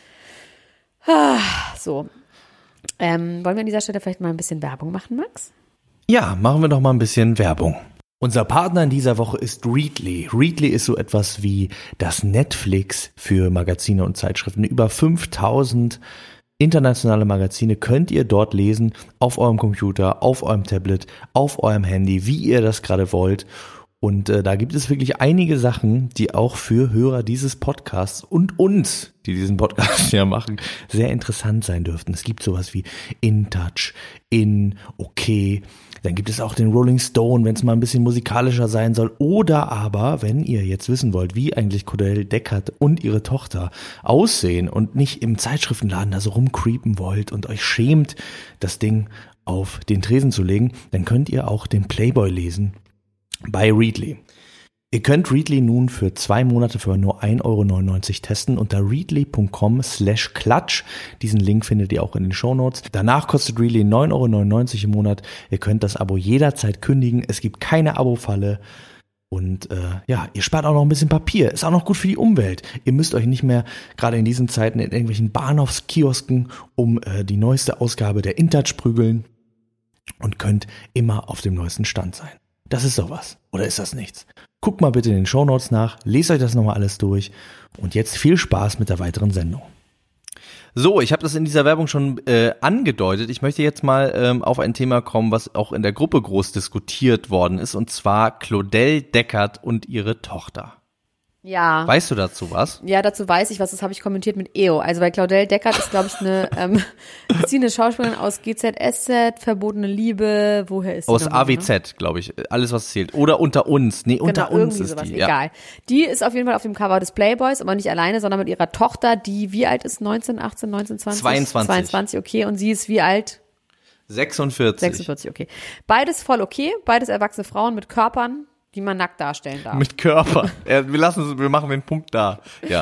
So. Wollen wir an dieser Stelle vielleicht mal ein bisschen Werbung machen, Max? Ja, machen wir doch mal ein bisschen Werbung. Unser Partner in dieser Woche ist Readly. Readly ist so etwas wie das Netflix für Magazine und Zeitschriften. Über 5000 internationale Magazine könnt ihr dort lesen, auf eurem Computer, auf eurem Tablet, auf eurem Handy, wie ihr das gerade wollt. Und da gibt es wirklich einige Sachen, die auch für Hörer dieses Podcasts und uns, die diesen Podcast ja machen, sehr interessant sein dürften. Es gibt sowas wie In Touch, Okay. Dann gibt es auch den Rolling Stone, wenn es mal ein bisschen musikalischer sein soll. Oder aber, wenn ihr jetzt wissen wollt, wie eigentlich Claudel Deckert und ihre Tochter aussehen und nicht im Zeitschriftenladen da so rumcreepen wollt und euch schämt, das Ding auf den Tresen zu legen, dann könnt ihr auch den Playboy lesen bei Readly. Ihr könnt Readly nun für 2 Monate für nur 1,99 € testen unter readly.com/klatsch. Diesen Link findet ihr auch in den Shownotes. Danach kostet Readly 9,99 € im Monat. Ihr könnt das Abo jederzeit kündigen. Es gibt keine Abo-Falle. Und ihr spart auch noch ein bisschen Papier. Ist auch noch gut für die Umwelt. Ihr müsst euch nicht mehr, gerade in diesen Zeiten, in irgendwelchen Bahnhofskiosken um die neueste Ausgabe der InTouch prügeln und könnt immer auf dem neuesten Stand sein. Das ist sowas. Oder ist das nichts? Guckt mal bitte in den Shownotes nach, lest euch das nochmal alles durch und jetzt viel Spaß mit der weiteren Sendung. So, ich habe das in dieser Werbung schon angedeutet. Ich möchte jetzt mal auf ein Thema kommen, was auch in der Gruppe groß diskutiert worden ist, und zwar Claudel Deckert und ihre Tochter. Ja. Weißt du dazu was? Ja, dazu weiß ich was, das habe ich kommentiert mit EO. Also bei Claudel Deckert ist, glaube ich, ist sie eine Schauspielerin aus GZSZ, Verbotene Liebe, woher ist sie? Aus AWZ, glaube ich, alles was zählt. Oder Unter uns, nee, Unter uns ist sowas. die. Egal. Ja. Die ist auf jeden Fall auf dem Cover des Playboys, aber nicht alleine, sondern mit ihrer Tochter, die wie alt ist? 19, 18, 19, 20? 22, okay. Und sie ist wie alt? 46, okay. Beides voll okay, beides erwachsene Frauen mit Körpern, die man nackt darstellen darf. Mit Körper. Wir machen den Punkt da. Ja.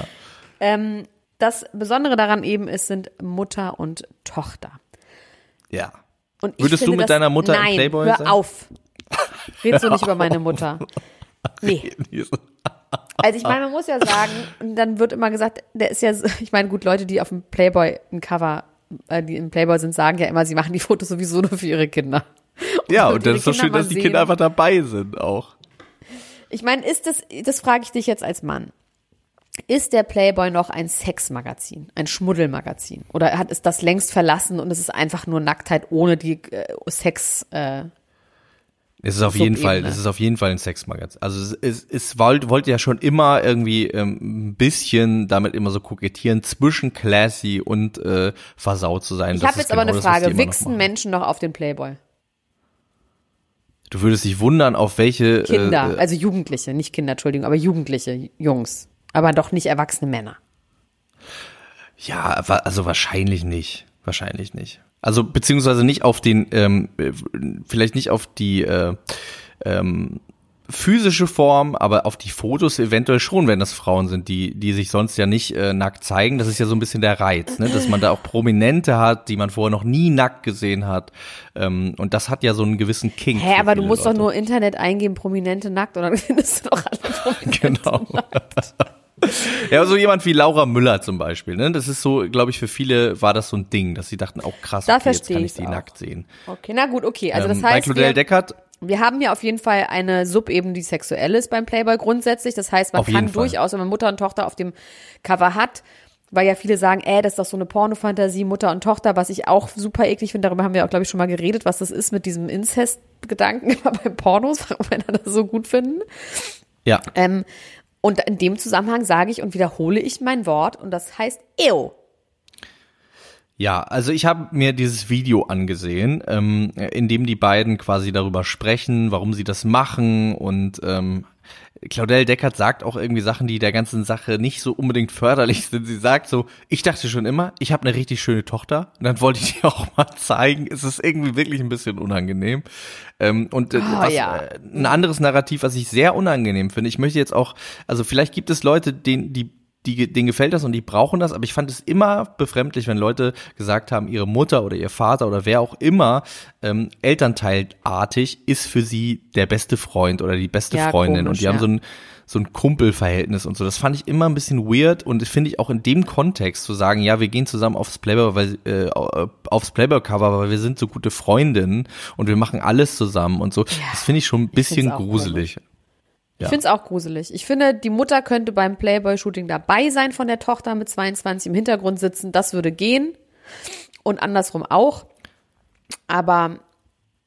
Das Besondere daran eben sind Mutter und Tochter. Ja. Und Würdest du mit deiner Mutter im Playboy sein? Hör auf. Redst du nicht über meine Mutter? Nee. Also ich meine, man muss ja sagen, und dann wird immer gesagt, der ist ja, ich meine, gut, Leute, die auf dem Playboy ein Cover, die im Playboy sind, sagen ja immer, sie machen die Fotos sowieso nur für ihre Kinder. Und das ist doch schön, dass die Kinder einfach dabei sind auch. Ich meine, das frage ich dich jetzt als Mann. Ist der Playboy noch ein Sexmagazin, ein Schmuddelmagazin? Oder ist das längst verlassen und es ist einfach nur Nacktheit ohne die Sex? Es ist auf jeden Fall ein Sexmagazin. Also es wollte ja schon immer irgendwie ein bisschen damit immer so kokettieren, zwischen classy und versaut zu sein. Ich habe jetzt aber eine Frage. Wichsen Menschen noch auf den Playboy? Du würdest dich wundern, auf welche Kinder, also Jugendliche, nicht Kinder, Entschuldigung, aber Jugendliche, Jungs, aber doch nicht erwachsene Männer. Ja, also wahrscheinlich nicht. Also beziehungsweise nicht auf den, vielleicht nicht auf die physische Form, aber auf die Fotos eventuell schon, wenn das Frauen sind, die sich sonst ja nicht nackt zeigen. Das ist ja so ein bisschen der Reiz, ne? Dass man da auch Prominente hat, die man vorher noch nie nackt gesehen hat. Und das hat ja so einen gewissen Kink. Aber du musst Leute doch nur Internet eingeben, Prominente nackt, und dann findest du doch alle Prominente nackt. Ja, so jemand wie Laura Müller zum Beispiel, ne? Das ist so, glaube ich, für viele war das so ein Ding, dass sie dachten, auch krass, okay, jetzt kann ich die nackt sehen. Okay, na gut, okay. Also das heißt, bei Claudel Deckert, wir haben hier auf jeden Fall eine Subebene, die sexuell ist beim Playboy grundsätzlich. Das heißt, man kann durchaus, wenn man Mutter und Tochter auf dem Cover hat, weil ja viele sagen, das ist doch so eine Pornofantasie, Mutter und Tochter, was ich auch super eklig finde. Darüber haben wir auch, glaube ich, schon mal geredet, was das ist mit diesem Inzest-Gedanken immer bei Pornos, warum Männer das so gut finden. Ja. Und in dem Zusammenhang sage ich und wiederhole ich mein Wort, und das heißt EO. Ja, also ich habe mir dieses Video angesehen, in dem die beiden quasi darüber sprechen, warum sie das machen, und Claudel Deckert sagt auch irgendwie Sachen, die der ganzen Sache nicht so unbedingt förderlich sind. Sie sagt so, ich dachte schon immer, ich habe eine richtig schöne Tochter, und dann wollte ich die auch mal zeigen. Es ist irgendwie wirklich ein bisschen unangenehm. Ein anderes Narrativ, was ich sehr unangenehm finde, ich möchte jetzt auch, also vielleicht gibt es Leute, denen gefällt das und die brauchen das, aber ich fand es immer befremdlich, wenn Leute gesagt haben, ihre Mutter oder ihr Vater oder wer auch immer elternteilartig ist für sie der beste Freund oder die beste Freundin, komisch, und die haben so ein Kumpelverhältnis und so. Das fand ich immer ein bisschen weird, und das finde ich auch in dem Kontext zu sagen, ja, wir gehen zusammen aufs Playboy-Cover, weil wir sind so gute Freundinnen und wir machen alles zusammen und so. Ja, das finde ich schon ein bisschen gruselig. Komisch. Ja. Ich finde es auch gruselig. Ich finde, die Mutter könnte beim Playboy-Shooting dabei sein von der Tochter mit 22 im Hintergrund sitzen. Das würde gehen. Und andersrum auch. Aber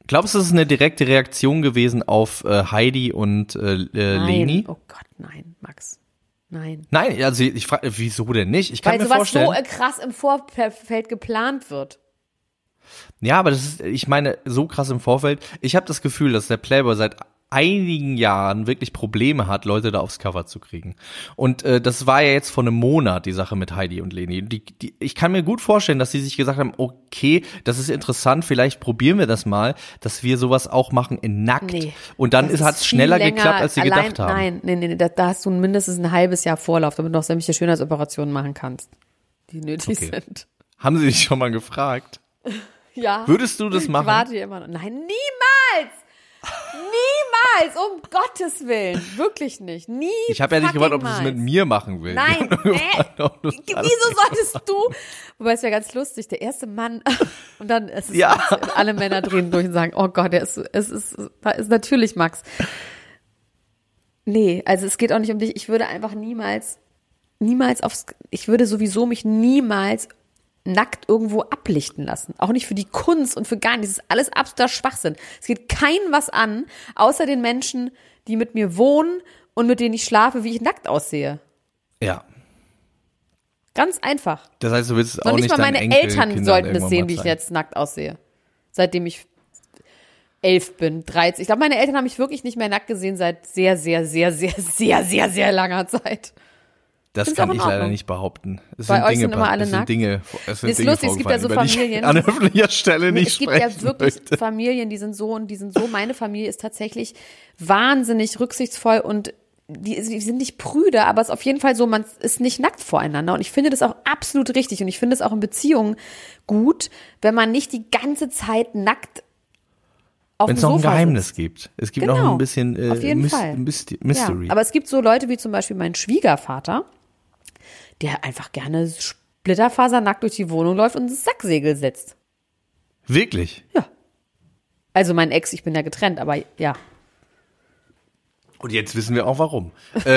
Glaubst du, es ist eine direkte Reaktion gewesen auf Heidi und Leni? Oh Gott, nein, Max. Nein. Nein, also ich frage, wieso denn nicht? Ich kann Weil mir sowas vorstellen, so krass im Vorfeld geplant wird. ja, aber das ist, ich meine, so krass im Vorfeld. Ich habe das Gefühl, dass der Playboy seit einigen Jahren wirklich Probleme hat, Leute da aufs Cover zu kriegen. Und das war ja jetzt vor einem Monat, die Sache mit Heidi und Leni. Ich kann mir gut vorstellen, dass sie sich gesagt haben, okay, das ist interessant, vielleicht probieren wir das mal, dass wir sowas auch machen in nackt. Nee, und dann hat es schneller geklappt, als sie gedacht haben. Nein, da hast du mindestens ein halbes Jahr Vorlauf, damit du noch sämtliche Schönheitsoperationen machen kannst, die nötig sind. Haben sie dich schon mal gefragt? Ja. Würdest du das machen? Ich warte immer noch. Nein, niemals! Niemals, um Gottes Willen, wirklich nicht. Nie. Ich habe ja nicht gefragt, ob du es mit mir machen willst. Nein, wieso solltest du? Wobei es wäre ganz lustig, der erste Mann und dann ist es alle Männer drehen durch und sagen, oh Gott, da ist natürlich Max. Nee, also es geht auch nicht um dich. Ich würde einfach niemals ich würde sowieso mich niemals nackt irgendwo ablichten lassen. Auch nicht für die Kunst und für gar nichts. Das ist alles absoluter Schwachsinn. Es geht keinem was an, außer den Menschen, die mit mir wohnen und mit denen ich schlafe, wie ich nackt aussehe. Ja. Ganz einfach. Das heißt, du willst auch nicht mal meine deinen Eltern sollten es sehen, wie ich jetzt nackt aussehe. Seitdem ich 11 bin, 13. Ich glaube, meine Eltern haben mich wirklich nicht mehr nackt gesehen seit sehr, sehr, sehr, sehr, sehr, sehr, sehr langer Zeit. Das kann ich leider nicht behaupten. Bei euch sind immer alle nackt. Es ist lustig, es gibt ja so Familien. An öffentlicher Stelle nicht sprechen. Es gibt ja wirklich Familien, die sind so. Meine Familie ist tatsächlich wahnsinnig rücksichtsvoll und die sind nicht prüde, aber es ist auf jeden Fall so, man ist nicht nackt voreinander. Und ich finde das auch absolut richtig. Und ich finde es auch in Beziehungen gut, wenn man nicht die ganze Zeit nackt auf dem Sofa sitzt. Wenn es noch ein Geheimnis gibt. Es gibt noch ein bisschen auf jeden Fall. Mystery. Ja, aber es gibt so Leute wie zum Beispiel mein Schwiegervater, der einfach gerne splitterfasernackt durch die Wohnung läuft und ein Sacksegel setzt. Wirklich? Ja. Also mein Ex, ich bin ja getrennt, aber ja. Und jetzt wissen wir auch warum.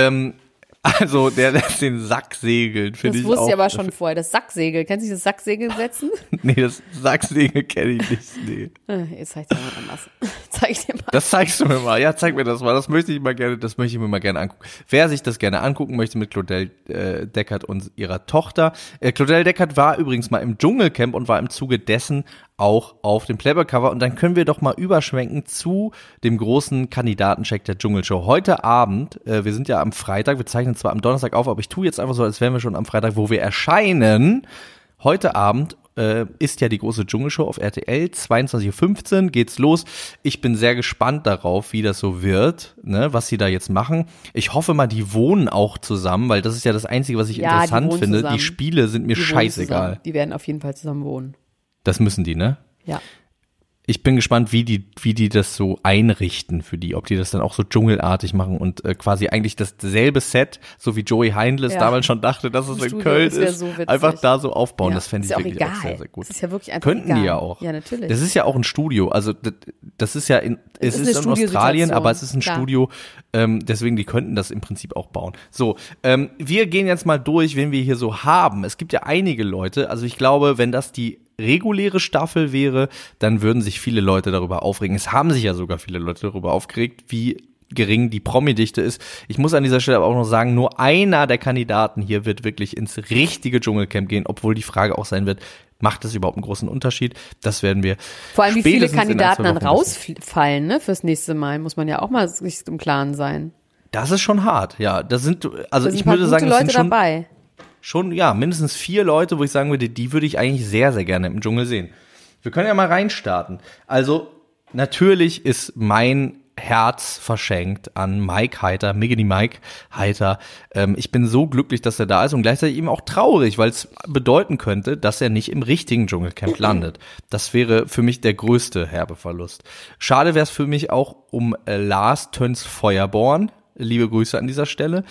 Also der lässt den Sack segeln, finde ich auch. Das wusste ich aber schon vorher, das Sacksegel. Kennst du das Sacksegel setzen? Nee, das Sacksegel kenne ich nicht. Nee. Jetzt zeig ich dir mal anders. Zeig ich dir mal. Das zeigst du mir mal. Ja, zeig mir das mal. Das möchte ich mir mal gerne angucken. Wer sich das gerne angucken möchte mit Claudel Deckert und ihrer Tochter. Claudel Deckert war übrigens mal im Dschungelcamp und war im Zuge dessen auch auf dem Playboy-Cover. Und dann können wir doch mal überschwenken zu dem großen Kandidatencheck der Dschungelshow. Heute Abend, wir sind ja am Freitag, wir zeichnen zwar am Donnerstag auf, aber ich tue jetzt einfach so, als wären wir schon am Freitag, wo wir erscheinen. Heute Abend ist ja die große Dschungelshow auf RTL, 22:15 Uhr geht's los. Ich bin sehr gespannt darauf, wie das so wird, ne, was sie da jetzt machen. Ich hoffe mal, die wohnen auch zusammen, weil das ist ja das Einzige, was ich interessant finde. Zusammen. Die Spiele sind mir scheißegal. Die werden auf jeden Fall zusammen wohnen. Das müssen die, ne? Ja. Ich bin gespannt, wie die das so einrichten für die, ob die das dann auch so dschungelartig machen und quasi eigentlich dasselbe Set, so wie Joey Heindles damals schon dachte, dass es in Köln ist, so einfach da so aufbauen. Ja, das fände ich wirklich auch sehr, sehr gut. Das ist ja wirklich einfach Könnten egal. Die ja auch. Ja, natürlich. Das ist ja auch ein Studio, also das ist ja es ist in Australien, aber es ist ein Studio, deswegen die könnten das im Prinzip auch bauen. So, wir gehen jetzt mal durch, wen wir hier so haben. Es gibt ja einige Leute, also ich glaube, wenn das die reguläre Staffel wäre, dann würden sich viele Leute darüber aufregen. Es haben sich ja sogar viele Leute darüber aufgeregt, wie gering die Promi-Dichte ist. Ich muss an dieser Stelle aber auch noch sagen, nur einer der Kandidaten hier wird wirklich ins richtige Dschungelcamp gehen, obwohl die Frage auch sein wird, macht das überhaupt einen großen Unterschied? Das werden wir vor allem, wie viele Kandidaten dann rausfallen, ne, fürs nächste Mal, muss man ja auch mal sich im Klaren sein. Das ist schon hart, ja. Ich würde sagen, es sind schon dabei. Schon, ja, mindestens 4 Leute, wo ich sagen würde, die würde ich eigentlich sehr, sehr gerne im Dschungel sehen. Wir können ja mal reinstarten. Also, natürlich ist mein Herz verschenkt an Mike Heiter, Miggity Mike Heiter. Ich bin so glücklich, dass er da ist und gleichzeitig eben auch traurig, weil es bedeuten könnte, dass er nicht im richtigen Dschungelcamp landet. Das wäre für mich der größte herbe Verlust. Schade wäre es für mich auch um Lars Töns Feuerborn. Liebe Grüße an dieser Stelle.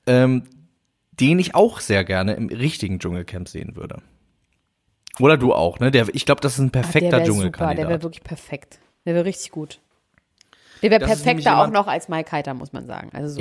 Den ich auch sehr gerne im richtigen Dschungelcamp sehen würde. Oder du auch, ne? Ich glaube, das ist ein perfekter Dschungelkandidat. Der wäre wirklich perfekt. Der wäre richtig gut. Der wäre perfekter auch noch als Mike Heiter, muss man sagen. Also so. Ja,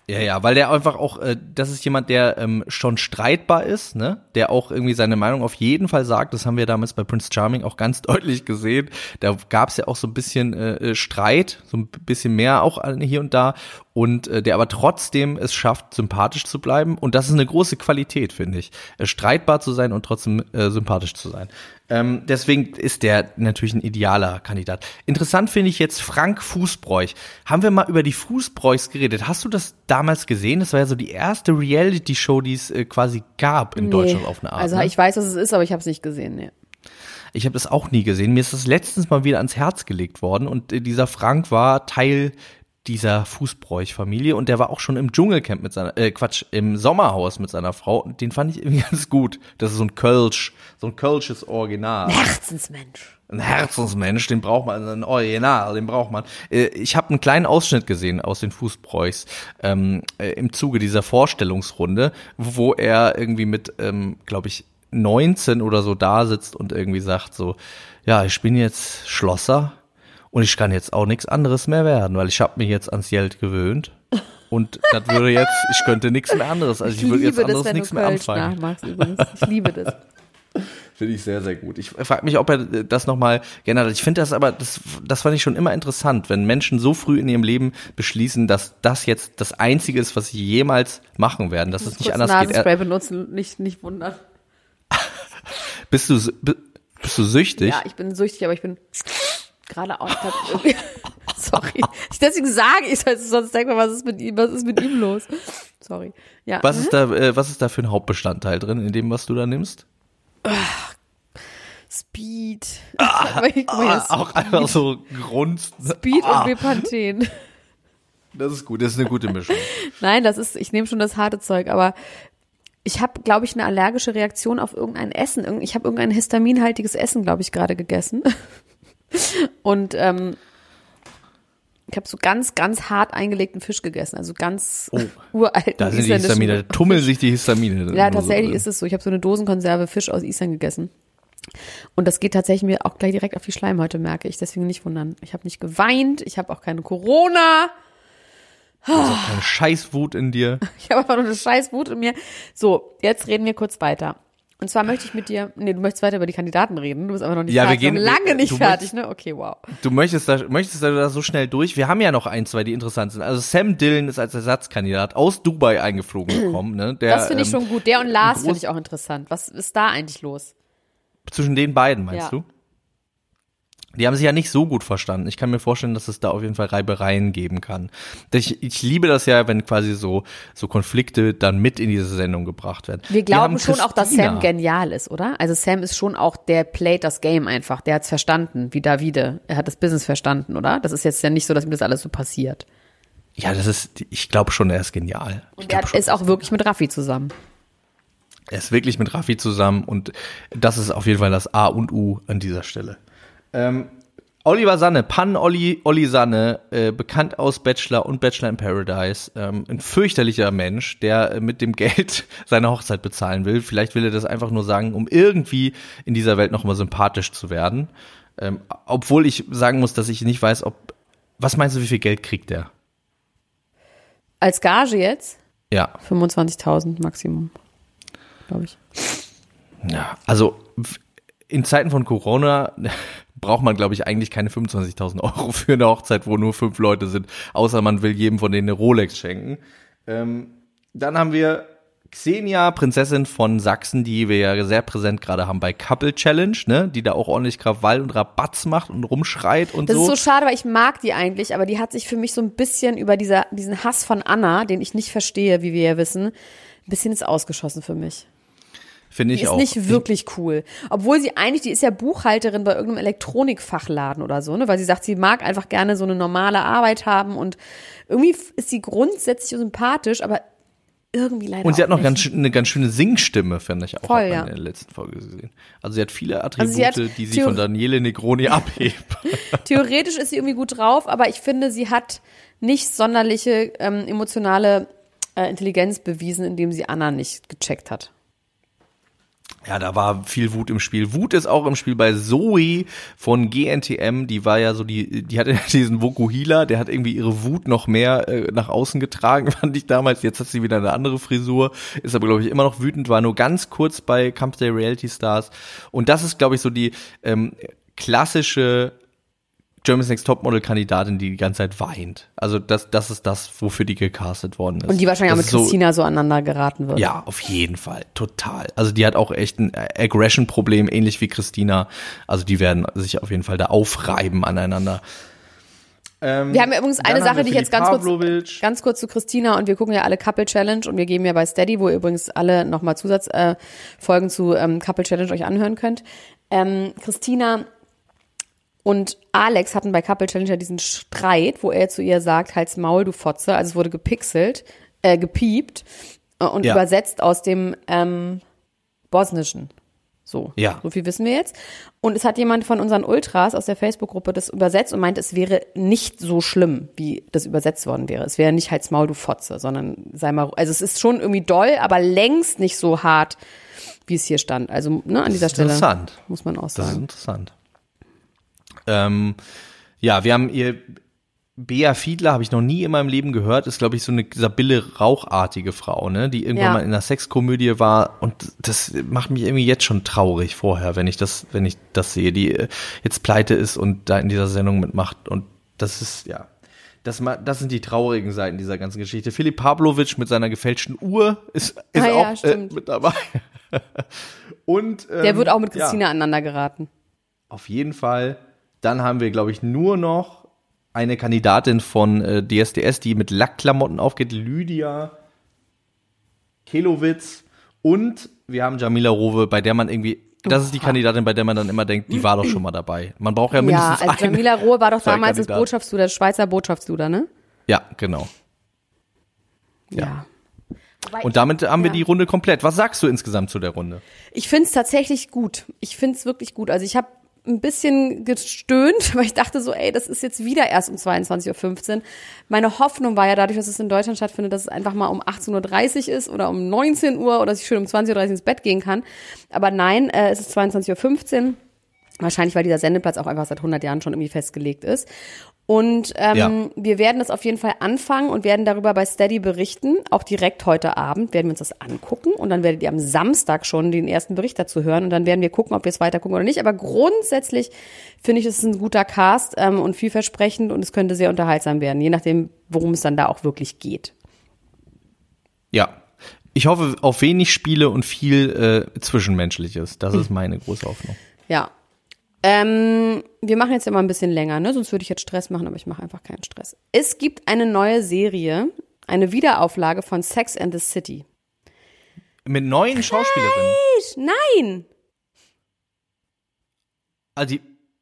Ja, weil der einfach auch, das ist jemand, der schon streitbar ist, ne? Der auch irgendwie seine Meinung auf jeden Fall sagt. Das haben wir damals bei Prince Charming auch ganz deutlich gesehen. Da gab es ja auch so ein bisschen Streit, so ein bisschen mehr auch hier und da. Und der aber trotzdem es schafft, sympathisch zu bleiben. Und das ist eine große Qualität, finde ich. Streitbar zu sein und trotzdem sympathisch zu sein. Deswegen ist der natürlich ein idealer Kandidat. Interessant finde ich jetzt Frank Fußbräuch. Haben wir mal über die Fußbräuchs geredet? Hast du das damals gesehen? Das war ja so die erste Reality-Show, die es quasi gab in Deutschland auf eine Art. Also ne? ich weiß, was es ist, aber ich habe es nicht gesehen. Nee. Ich habe das auch nie gesehen. Mir ist das letztens mal wieder ans Herz gelegt worden. Und dieser Frank war Teil dieser Fußbräuch-Familie und der war auch schon im Dschungelcamp mit seiner, im Sommerhaus mit seiner Frau und den fand ich irgendwie ganz gut. Das ist so ein Kölsches Original. Ein Herzensmensch, den braucht man, ein Original, den braucht man. Ich habe einen kleinen Ausschnitt gesehen aus den Fußbräuchs im Zuge dieser Vorstellungsrunde, wo er irgendwie mit, glaube ich, 19 oder so da sitzt und irgendwie sagt so, ja, ich bin jetzt Schlosser. Und ich kann jetzt auch nichts anderes mehr werden, weil ich habe mich jetzt ans Geld gewöhnt. Und das würde jetzt, ich könnte nichts mehr anderes, also ich würde jetzt anderes nichts mehr anfangen. Ich liebe das. Finde ich sehr, sehr gut. Ich frage mich, ob er das nochmal geändert hat. Ich finde das aber, das fand ich schon immer interessant, wenn Menschen so früh in ihrem Leben beschließen, dass das jetzt das Einzige ist, was sie jemals machen werden, dass es nicht anders geht. Nasenspray benutzen, nicht wundern. Bist du süchtig? Ja, ich bin süchtig, aber ich bin gerade auch irgendwie. Sorry. Deswegen sage ich es, sonst denkt man, was ist mit ihm los? Sorry. Ja. Was ist da für ein Hauptbestandteil drin in dem, was du da nimmst? Speed. Auch einfach so Grund. Speed und Bepanthen. Das ist gut, das ist eine gute Mischung. Nein, ich nehme schon das harte Zeug, aber ich habe, glaube ich, eine allergische Reaktion auf irgendein Essen. Ich habe irgendein histaminhaltiges Essen, glaube ich, gerade gegessen. Und ich habe so ganz, ganz hart eingelegten Fisch gegessen, also ganz uralten. Da sind die Histamine, da tummeln sich die Histamine. Ja, tatsächlich ist es so. Ich habe so eine Dosenkonserve Fisch aus Island gegessen. Und das geht tatsächlich mir auch gleich direkt auf die Schleimhäute, merke ich. Deswegen nicht wundern. Ich habe nicht geweint, ich habe auch keine Corona. Du hast auch keine Scheißwut in dir. Ich habe einfach nur eine Scheißwut in mir. So, jetzt reden wir kurz weiter. Und zwar möchte ich mit dir, du möchtest weiter über die Kandidaten reden. Du bist aber noch nicht fertig. Wir sind lange nicht fertig, ne? Okay, wow. Du möchtest da so schnell durch? Wir haben ja noch ein, zwei, die interessant sind. Also Sam Dillon ist als Ersatzkandidat aus Dubai eingeflogen gekommen. Ne? Das finde ich schon gut. Der und Lars finde ich auch interessant. Was ist da eigentlich los? Zwischen den beiden, meinst du? Die haben sich ja nicht so gut verstanden. Ich kann mir vorstellen, dass es da auf jeden Fall Reibereien geben kann. Ich liebe das ja, wenn quasi so Konflikte dann mit in diese Sendung gebracht werden. Wir glauben schon auch, dass Sam genial ist, oder? Also Sam ist schon auch, der playt das Game einfach. Der hat's verstanden, wie Davide. Er hat das Business verstanden, oder? Das ist jetzt ja nicht so, dass ihm das alles so passiert. Ja, ich glaube schon, er ist genial. Und er ist auch wirklich mit Raffi zusammen. Er ist wirklich mit Raffi zusammen und das ist auf jeden Fall das A und U an dieser Stelle. Oliver Sanne, Olli Sanne, bekannt aus Bachelor und Bachelor in Paradise, ein fürchterlicher Mensch, der mit dem Geld seine Hochzeit bezahlen will. Vielleicht will er das einfach nur sagen, um irgendwie in dieser Welt noch mal sympathisch zu werden. Obwohl ich sagen muss, dass ich nicht weiß, was meinst du, wie viel Geld kriegt der? Als Gage jetzt? Ja. 25.000 Maximum, glaube ich. Ja, also in Zeiten von Corona braucht man, glaube ich, eigentlich keine 25.000 Euro für eine Hochzeit, wo nur 5 Leute sind, außer man will jedem von denen eine Rolex schenken. Dann haben wir Xenia, Prinzessin von Sachsen, die wir ja sehr präsent gerade haben bei Couple Challenge, ne, die da auch ordentlich Krawall und Rabatz macht und rumschreit und so. Das ist so schade, weil ich mag die eigentlich, aber die hat sich für mich so ein bisschen über diesen Hass von Anna, den ich nicht verstehe, wie wir ja wissen, ein bisschen ins Ausgeschossen für mich. Finde ich auch. Die ist nicht wirklich cool. Obwohl die ist ja Buchhalterin bei irgendeinem Elektronikfachladen oder so, ne? Weil sie sagt, sie mag einfach gerne so eine normale Arbeit haben und irgendwie ist sie grundsätzlich sympathisch, aber irgendwie leider und sie hat noch nicht. eine ganz schöne Singstimme, finde ich auch. Voll, in der letzten Folge gesehen. Also sie hat viele Attribute, die sie von Daniele Negroni abhebt. Theoretisch ist sie irgendwie gut drauf, aber ich finde, sie hat nicht sonderliche emotionale Intelligenz bewiesen, indem sie Anna nicht gecheckt hat. Ja, da war viel Wut im Spiel. Wut ist auch im Spiel bei Zoe von GNTM. Die war ja so die hatte diesen Vokuhila, der hat irgendwie ihre Wut noch mehr nach außen getragen, fand ich damals. Jetzt hat sie wieder eine andere Frisur, ist aber, glaube ich, immer noch wütend, war nur ganz kurz bei Kampf der Reality Stars. Und das ist, glaube ich, so die klassische Germany's Next Topmodel-Kandidatin, die ganze Zeit weint. Also das ist das, wofür die gecastet worden ist. Und die wahrscheinlich das auch mit Christina so aneinander geraten wird. Ja, auf jeden Fall, total. Also die hat auch echt ein Aggression-Problem, ähnlich wie Christina. Also die werden sich auf jeden Fall da aufreiben aneinander. Wir haben ja übrigens eine Sache, die ich jetzt ganz kurz zu Christina, und wir gucken ja alle Couple Challenge und wir geben ja bei Steady, wo ihr übrigens alle nochmal Zusatzfolgen zu Couple Challenge euch anhören könnt. Christina und Alex hatten bei Couple Challenge diesen Streit, wo er zu ihr sagt, halt's Maul, du Fotze. Also es wurde gepiept und übersetzt aus dem Bosnischen. So, so viel wissen wir jetzt. Und es hat jemand von unseren Ultras aus der Facebook-Gruppe das übersetzt und meint, es wäre nicht so schlimm, wie das übersetzt worden wäre. Es wäre nicht halt's Maul, du Fotze, sondern sei mal, also es ist schon irgendwie doll, aber längst nicht so hart, wie es hier stand. Also an dieser Stelle muss man auch sagen. Das ist interessant. Ja, wir haben Bea Fiedler, habe ich noch nie in meinem Leben gehört, ist, glaube ich, so eine Sibylle Rauchartige Frau, ne, die irgendwann mal in einer Sexkomödie war, und das macht mich irgendwie jetzt schon traurig vorher, wenn ich das sehe, die jetzt pleite ist und da in dieser Sendung mitmacht, und das ist, ja, das sind die traurigen Seiten dieser ganzen Geschichte. Filip Pavlovic mit seiner gefälschten Uhr ist auch mit dabei. Und der wird auch mit Christina aneinander geraten. Auf jeden Fall. Dann haben wir, glaube ich, nur noch eine Kandidatin von DSDS, die mit Lackklamotten aufgeht, Lydia Kelowitz. Und wir haben Jamila Rowe, bei der man irgendwie, das ist die Kandidatin, bei der man dann immer denkt, die war doch schon mal dabei. Man braucht ja mindestens eine. Jamila Rowe war doch damals das Botschaftsluder, das Schweizer Botschaftsluder, ne? Ja, genau. Ja. Und damit haben wir die Runde komplett. Was sagst du insgesamt zu der Runde? Ich finde es tatsächlich gut. Ich finde es wirklich gut. Also ich habe ein bisschen gestöhnt, weil ich dachte so, das ist jetzt wieder erst um 22:15 Uhr. Meine Hoffnung war ja dadurch, dass es in Deutschland stattfindet, dass es einfach mal um 18:30 Uhr ist oder um 19 Uhr oder dass ich schön um 20:30 Uhr ins Bett gehen kann. Aber nein, es ist 22:15 Uhr. Wahrscheinlich, weil dieser Sendeplatz auch einfach seit 100 Jahren schon irgendwie festgelegt ist. Und wir werden das auf jeden Fall anfangen und werden darüber bei Steady berichten. Auch direkt heute Abend werden wir uns das angucken. Und dann werdet ihr am Samstag schon den ersten Bericht dazu hören. Und dann werden wir gucken, ob wir es weiter gucken oder nicht. Aber grundsätzlich finde ich, es ist ein guter Cast und vielversprechend. Und es könnte sehr unterhaltsam werden, je nachdem, worum es dann da auch wirklich geht. Ja, ich hoffe auf wenig Spiele und viel Zwischenmenschliches. Das ist meine große Hoffnung. Ja. Wir machen jetzt ja mal ein bisschen länger, ne? Sonst würde ich jetzt Stress machen, aber ich mache einfach keinen Stress. Es gibt eine neue Serie, eine Wiederauflage von Sex and the City. Mit neuen Schauspielerinnen? Nein! Also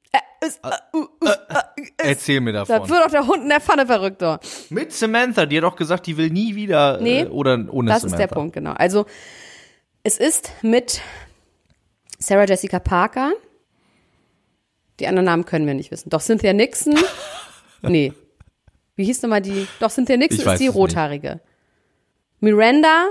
erzähl mir davon. Da wird doch der Hund in der Pfanne verrückt, doch. Mit Samantha, die hat doch gesagt, die will nie wieder oder ohne Samantha. Das ist der Punkt, genau. Also es ist mit Sarah Jessica Parker. Die anderen Namen können wir nicht wissen. Doch Cynthia Nixon. Nee. Wie hieß nochmal die? Doch Cynthia Nixon ist die Rothaarige. Miranda.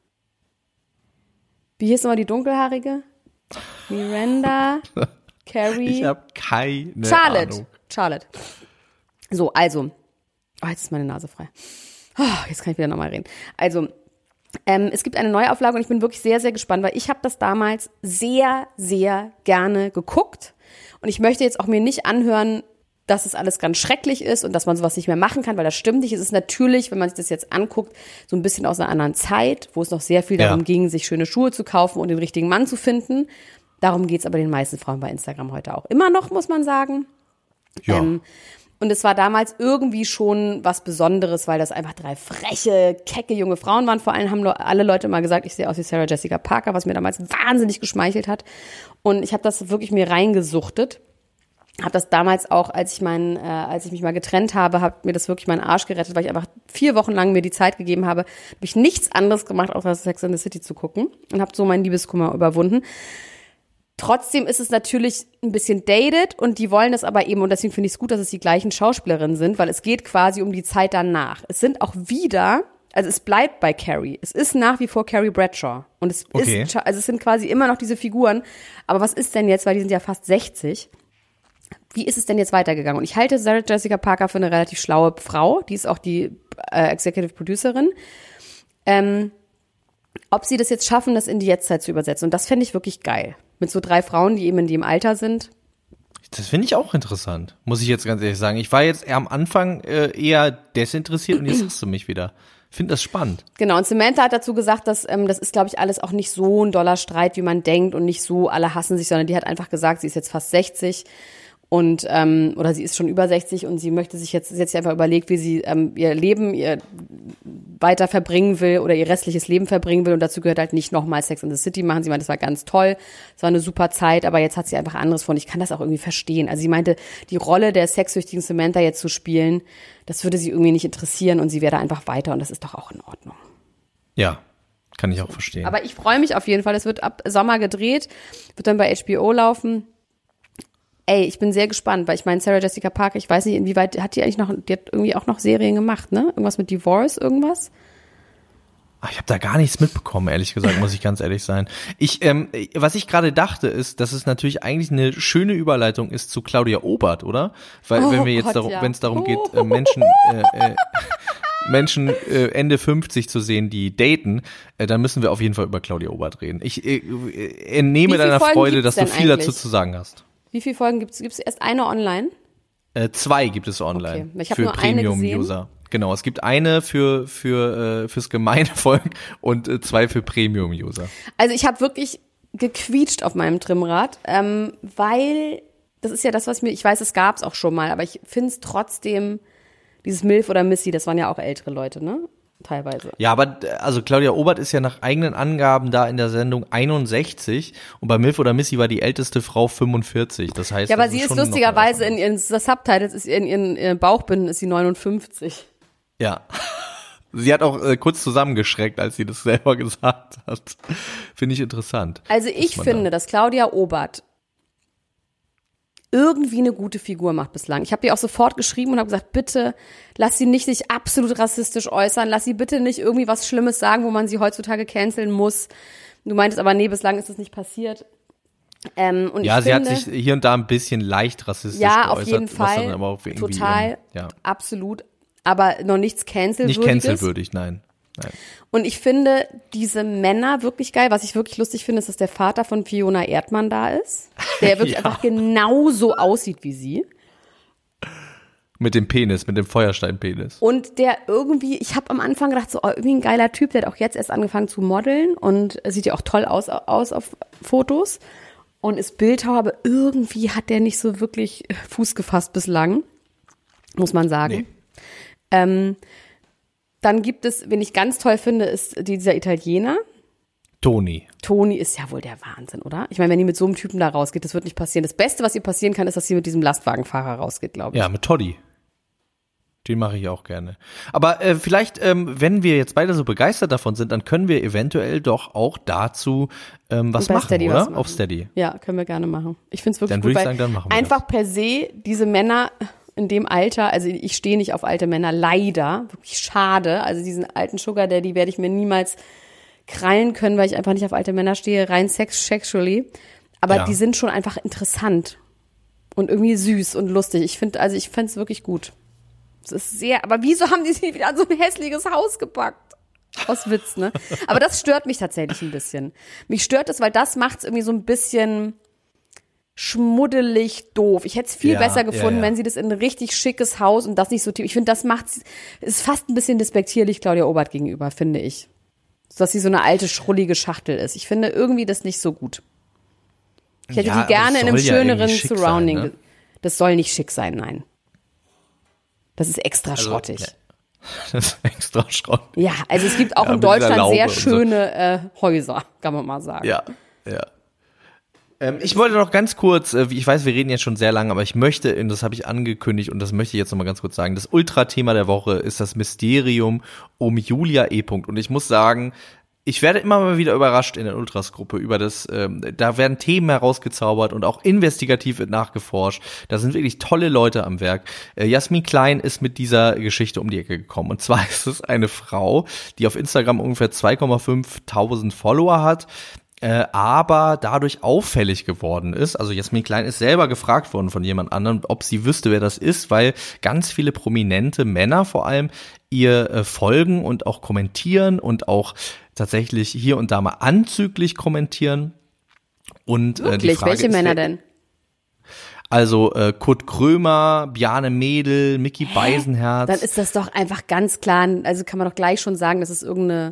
Wie hieß nochmal die Dunkelhaarige? Miranda. Carrie. Ich habe keine Ahnung. Charlotte. So, also. Oh, jetzt ist meine Nase frei. Oh, jetzt kann ich wieder nochmal reden. Also, es gibt eine Neuauflage und ich bin wirklich sehr, sehr gespannt, weil ich habe das damals sehr, sehr gerne geguckt. Und ich möchte jetzt auch mir nicht anhören, dass es alles ganz schrecklich ist und dass man sowas nicht mehr machen kann, weil das stimmt nicht. Es ist natürlich, wenn man sich das jetzt anguckt, so ein bisschen aus einer anderen Zeit, wo es noch sehr viel darum ging, sich schöne Schuhe zu kaufen und den richtigen Mann zu finden. Darum geht's aber den meisten Frauen bei Instagram heute auch immer noch, muss man sagen. Ja. Und es war damals irgendwie schon was Besonderes, weil das einfach 3 freche, kecke junge Frauen waren. Vor allem haben alle Leute mal gesagt, ich sehe aus wie Sarah Jessica Parker, was mir damals wahnsinnig geschmeichelt hat. Und ich habe das wirklich mir reingesuchtet. Habe das damals auch, als ich mich mal getrennt habe, hat mir das wirklich meinen Arsch gerettet, weil ich einfach 4 Wochen lang mir die Zeit gegeben habe. Habe ich nichts anderes gemacht, außer Sex and the City zu gucken. Und habe so meinen Liebeskummer überwunden. Trotzdem ist es natürlich ein bisschen dated und die wollen das aber eben, und deswegen finde ich es gut, dass es die gleichen Schauspielerinnen sind, weil es geht quasi um die Zeit danach. Es sind auch wieder, also es bleibt bei Carrie. Es ist nach wie vor Carrie Bradshaw. Und es ist, also es sind quasi immer noch diese Figuren. Aber was ist denn jetzt, weil die sind ja fast 60. Wie ist es denn jetzt weitergegangen? Und ich halte Sarah Jessica Parker für eine relativ schlaue Frau. Die ist auch die Executive Producerin. Ob sie das jetzt schaffen, das in die Jetztzeit zu übersetzen. Und das fände ich wirklich geil. Mit so 3 Frauen, die eben in dem Alter sind. Das finde ich auch interessant, muss ich jetzt ganz ehrlich sagen. Ich war jetzt eher am Anfang eher desinteressiert und jetzt hast du mich wieder. Finde das spannend. Genau, und Samantha hat dazu gesagt, dass das ist, glaube ich, alles auch nicht so ein doller Streit, wie man denkt und nicht so, alle hassen sich, sondern die hat einfach gesagt, sie ist jetzt fast 60 und oder sie ist schon über 60 und sie möchte sich jetzt einfach überlegt, wie sie ihr Leben weiter verbringen will oder ihr restliches Leben verbringen will und dazu gehört halt nicht nochmal Sex in the City machen. Sie meinte, das war ganz toll, es war eine super Zeit, aber jetzt hat sie einfach anderes vor und ich kann das auch irgendwie verstehen. Also sie meinte, die Rolle der sexsüchtigen Samantha jetzt zu spielen, das würde sie irgendwie nicht interessieren und sie wäre da einfach weiter und das ist doch auch in Ordnung. Ja, kann ich auch verstehen. Aber ich freue mich auf jeden Fall, es wird ab Sommer gedreht, wird dann bei HBO laufen. Ey, ich bin sehr gespannt, weil ich meine, Sarah Jessica Parker, ich weiß nicht, inwieweit die hat irgendwie auch noch Serien gemacht, ne? Irgendwas mit Divorce, irgendwas? Ach, ich habe da gar nichts mitbekommen, ehrlich gesagt, muss ich ganz ehrlich sein. Was ich gerade dachte, ist, dass es natürlich eigentlich eine schöne Überleitung ist zu Claudia Obert, oder? Weil wenn wir jetzt wenn es darum geht, Menschen Ende 50 zu sehen, die daten, dann müssen wir auf jeden Fall über Claudia Obert reden. Ich entnehme deiner Freude, dass du viel dazu zu sagen hast. Wie viele Folgen gibt's? Gibt's erst eine online? 2 gibt es online. Okay. Ich habe für nur eine Premium-User. Genau, es gibt eine fürs gemeine Volk und 2 für Premium-User. Also ich habe wirklich gequietscht auf meinem Trimmrad, weil das ist ja das, ich weiß, es gab's auch schon mal, aber ich finde es trotzdem, dieses Milf oder Missy, das waren ja auch ältere Leute, ne? Teilweise. Ja, aber also Claudia Obert ist ja nach eigenen Angaben da in der Sendung 61 und bei Milf oder Missy war die älteste Frau 45. Das heißt, ja, aber sie ist lustigerweise in ihren Subtitles, in ihren Bauchbinden ist sie 59. Ja. Sie hat auch kurz zusammengeschreckt, als sie das selber gesagt hat. Finde ich interessant. Also ich finde, dass Claudia Obert irgendwie eine gute Figur macht bislang. Ich habe ihr auch sofort geschrieben und habe gesagt, bitte lass sie nicht sich absolut rassistisch äußern, lass sie bitte nicht irgendwie was Schlimmes sagen, wo man sie heutzutage canceln muss. Du meintest aber, nee, bislang ist das nicht passiert. Und ja, ich sie finde, hat sich hier und da ein bisschen leicht rassistisch geäußert. Ja, auf jeden Fall, aber auch total, absolut, aber noch nichts cancelwürdiges. Nicht cancelwürdig, nein. Und ich finde diese Männer wirklich geil. Was ich wirklich lustig finde, ist, dass der Vater von Fiona Erdmann da ist, der wirklich einfach genauso aussieht wie sie. Mit dem Penis, mit dem Feuersteinpenis. Und der irgendwie, ich habe am Anfang gedacht, so irgendwie ein geiler Typ, der hat auch jetzt erst angefangen zu modeln und sieht ja auch toll aus auf Fotos und ist Bildhauer, aber irgendwie hat der nicht so wirklich Fuß gefasst bislang, muss man sagen. Nee. Dann gibt es, wen ich ganz toll finde, ist dieser Italiener. Toni. Toni ist ja wohl der Wahnsinn, oder? Ich meine, wenn die mit so einem Typen da rausgeht, das wird nicht passieren. Das Beste, was ihr passieren kann, ist, dass sie mit diesem Lastwagenfahrer rausgeht, glaube ich. Ja, mit Toddy. Den mache ich auch gerne. Aber vielleicht, wenn wir jetzt beide so begeistert davon sind, dann können wir eventuell doch auch dazu was machen, Steady oder? Was machen. Auf Steady. Ja, können wir gerne machen. Ich finde es wirklich dann gut, würde ich sagen, dann machen wir einfach das. per se diese Männer in dem Alter, also ich stehe nicht auf alte Männer, leider, wirklich schade. Also diesen alten Sugar Daddy werde ich mir niemals krallen können, weil ich einfach nicht auf alte Männer stehe, rein sexually. Aber die sind schon einfach interessant und irgendwie süß und lustig. Ich finde es wirklich gut. Es ist sehr, aber wieso haben die sich wieder an so ein hässliches Haus gepackt? Aus Witz, ne? Aber das stört mich tatsächlich ein bisschen. Mich stört es, weil das macht es irgendwie so ein bisschen schmuddelig doof. Ich hätte es viel besser gefunden, wenn sie das in ein richtig schickes Haus und das nicht so tief. Ich finde, das ist fast ein bisschen despektierlich Claudia Obert gegenüber, finde ich. Dass sie so eine alte, schrullige Schachtel ist. Ich finde irgendwie das nicht so gut. Ich hätte die gerne in einem schöneren Surrounding. Sein, ne? Das soll nicht schick sein, nein. Das ist extra schrottig. Ne. Das ist extra schrottig. Ja, also es gibt auch in Deutschland sehr schöne Häuser, kann man mal sagen. Ja. Ich wollte noch ganz kurz, ich weiß, wir reden jetzt schon sehr lange, aber ich möchte, und das habe ich angekündigt und das möchte ich jetzt noch mal ganz kurz sagen, das Ultra-Thema der Woche ist das Mysterium um Julia E. Und ich muss sagen, ich werde immer mal wieder überrascht in der Ultras-Gruppe über da werden Themen herausgezaubert und auch investigativ wird nachgeforscht. Da sind wirklich tolle Leute am Werk. Jasmin Klein ist mit dieser Geschichte um die Ecke gekommen. Und zwar ist es eine Frau, die auf Instagram ungefähr 2.500 Follower hat, aber dadurch auffällig geworden ist. Also Jasmin Klein ist selber gefragt worden von jemand anderem, ob sie wüsste, wer das ist, weil ganz viele prominente Männer vor allem ihr folgen und auch kommentieren und auch tatsächlich hier und da mal anzüglich kommentieren. Und die Frage welche ist, Männer denn? Also Kurt Krömer, Bjarne Mädel, Micky Beisenherz. Dann ist das doch einfach ganz klar, also kann man doch gleich schon sagen, dass es irgendein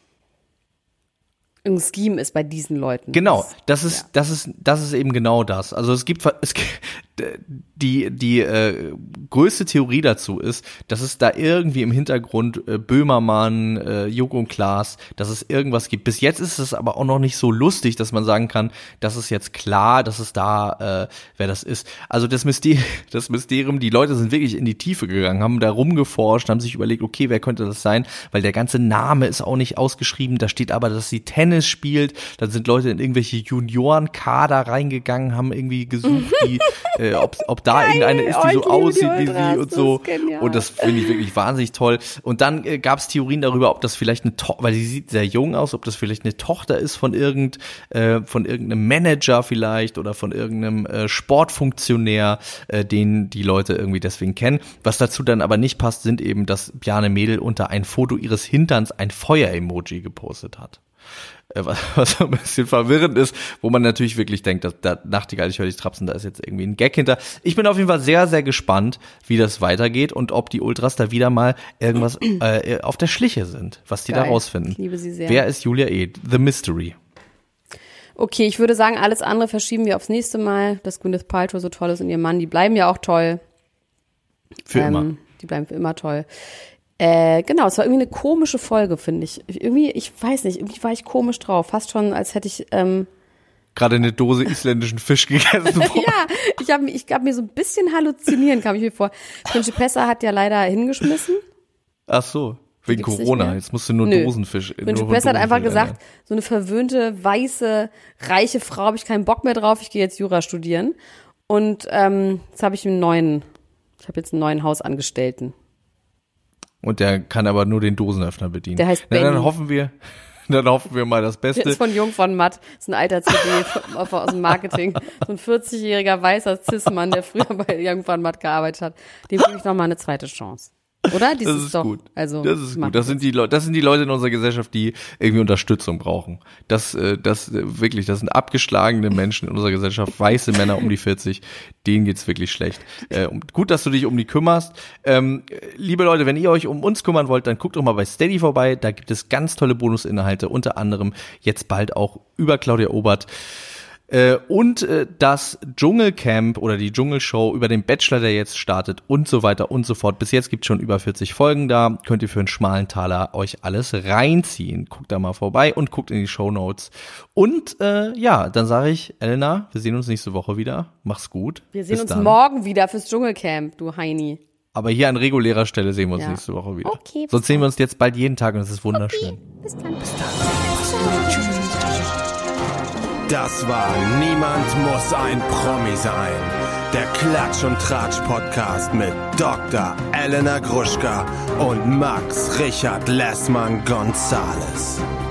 Scheme ist bei diesen Leuten. Genau, das ist eben genau das. Also es gibt die größte Theorie dazu ist, dass es da irgendwie im Hintergrund Böhmermann, Joko und Klaas, dass es irgendwas gibt. Bis jetzt ist es aber auch noch nicht so lustig, dass man sagen kann, das ist jetzt klar, dass es da, wer das ist. Also das Mysterium, die Leute sind wirklich in die Tiefe gegangen, haben da rumgeforscht, haben sich überlegt, okay, wer könnte das sein? Weil der ganze Name ist auch nicht ausgeschrieben, da steht aber, dass sie Tennis spielt. Dann sind Leute in irgendwelche Juniorenkader reingegangen, haben irgendwie gesucht, die ob da irgendeine ist, die so aussieht wie sie und so. Und das finde ich wirklich wahnsinnig toll. Und dann gab es Theorien darüber, ob das vielleicht eine Tochter, weil sie sieht sehr jung aus, ob das vielleicht eine Tochter ist von irgendeinem Manager vielleicht oder von irgendeinem Sportfunktionär, den die Leute irgendwie deswegen kennen. Was dazu dann aber nicht passt, sind eben, dass Bjarne Mädel unter ein Foto ihres Hinterns ein Feuer-Emoji gepostet hat. Was so ein bisschen verwirrend ist, wo man natürlich wirklich denkt, dass da Nachtigall, ich höre dich trapsen, da ist jetzt irgendwie ein Gag hinter. Ich bin auf jeden Fall sehr, sehr gespannt, wie das weitergeht und ob die Ultras da wieder mal irgendwas auf der Schliche sind, was die da rausfinden. Ich liebe sie sehr. Wer ist Julia E.? The Mystery. Okay, ich würde sagen, alles andere verschieben wir aufs nächste Mal. Dass Gwyneth Paltrow so toll ist und ihr Mann, die bleiben ja auch toll. Für immer. Die bleiben für immer toll. Genau, es war irgendwie eine komische Folge, finde ich. Irgendwie, ich weiß nicht, irgendwie war ich komisch drauf. Fast schon, als hätte ich gerade eine Dose isländischen Fisch gegessen. Ja, ich gab mir so ein bisschen halluzinieren, kam ich mir vor. Principessa hat ja leider hingeschmissen. Ach so, wegen Corona. Jetzt musst du nur Dosenfisch. Principessa hat einfach gesagt, so eine verwöhnte, weiße, reiche Frau, habe ich keinen Bock mehr drauf, ich gehe jetzt Jura studieren. Und jetzt habe ich jetzt einen neuen Hausangestellten. Und der kann aber nur den Dosenöffner bedienen. Der heißt Benny. Dann hoffen wir mal das Beste. Der ist von Jung von Matt. Das ist ein alter CD aus dem Marketing. So ein 40-jähriger weißer Cis-Mann, der früher bei Jung von Matt gearbeitet hat. Dem gebe ich nochmal eine zweite Chance. Oder? Das ist doch gut. Also, das ist gut. Das sind die Leute in unserer Gesellschaft, die irgendwie Unterstützung brauchen. Das sind abgeschlagene Menschen in unserer Gesellschaft, weiße Männer um die 40, denen geht's wirklich schlecht. Gut, dass du dich um die kümmerst. Liebe Leute, wenn ihr euch um uns kümmern wollt, dann guckt doch mal bei Steady vorbei. Da gibt es ganz tolle Bonusinhalte, unter anderem jetzt bald auch über Claudia Obert. Und das Dschungelcamp oder die Dschungelshow über den Bachelor, der jetzt startet und so weiter und so fort. Bis jetzt gibt's schon über 40 Folgen da. Könnt ihr für einen schmalen Taler euch alles reinziehen. Guckt da mal vorbei und guckt in die Shownotes. Und dann sage ich, Elena, wir sehen uns nächste Woche wieder. Mach's gut. Wir sehen uns morgen wieder fürs Dschungelcamp, du Heini. Aber hier an regulärer Stelle sehen wir uns nächste Woche wieder. Okay, sonst sehen wir uns jetzt bald jeden Tag und es ist wunderschön. Okay, bis dann. Das war Niemand muss ein Promi sein. Der Klatsch und Tratsch Podcast mit Dr. Elena Gruschka und Max Richard Lessmann Gonzales.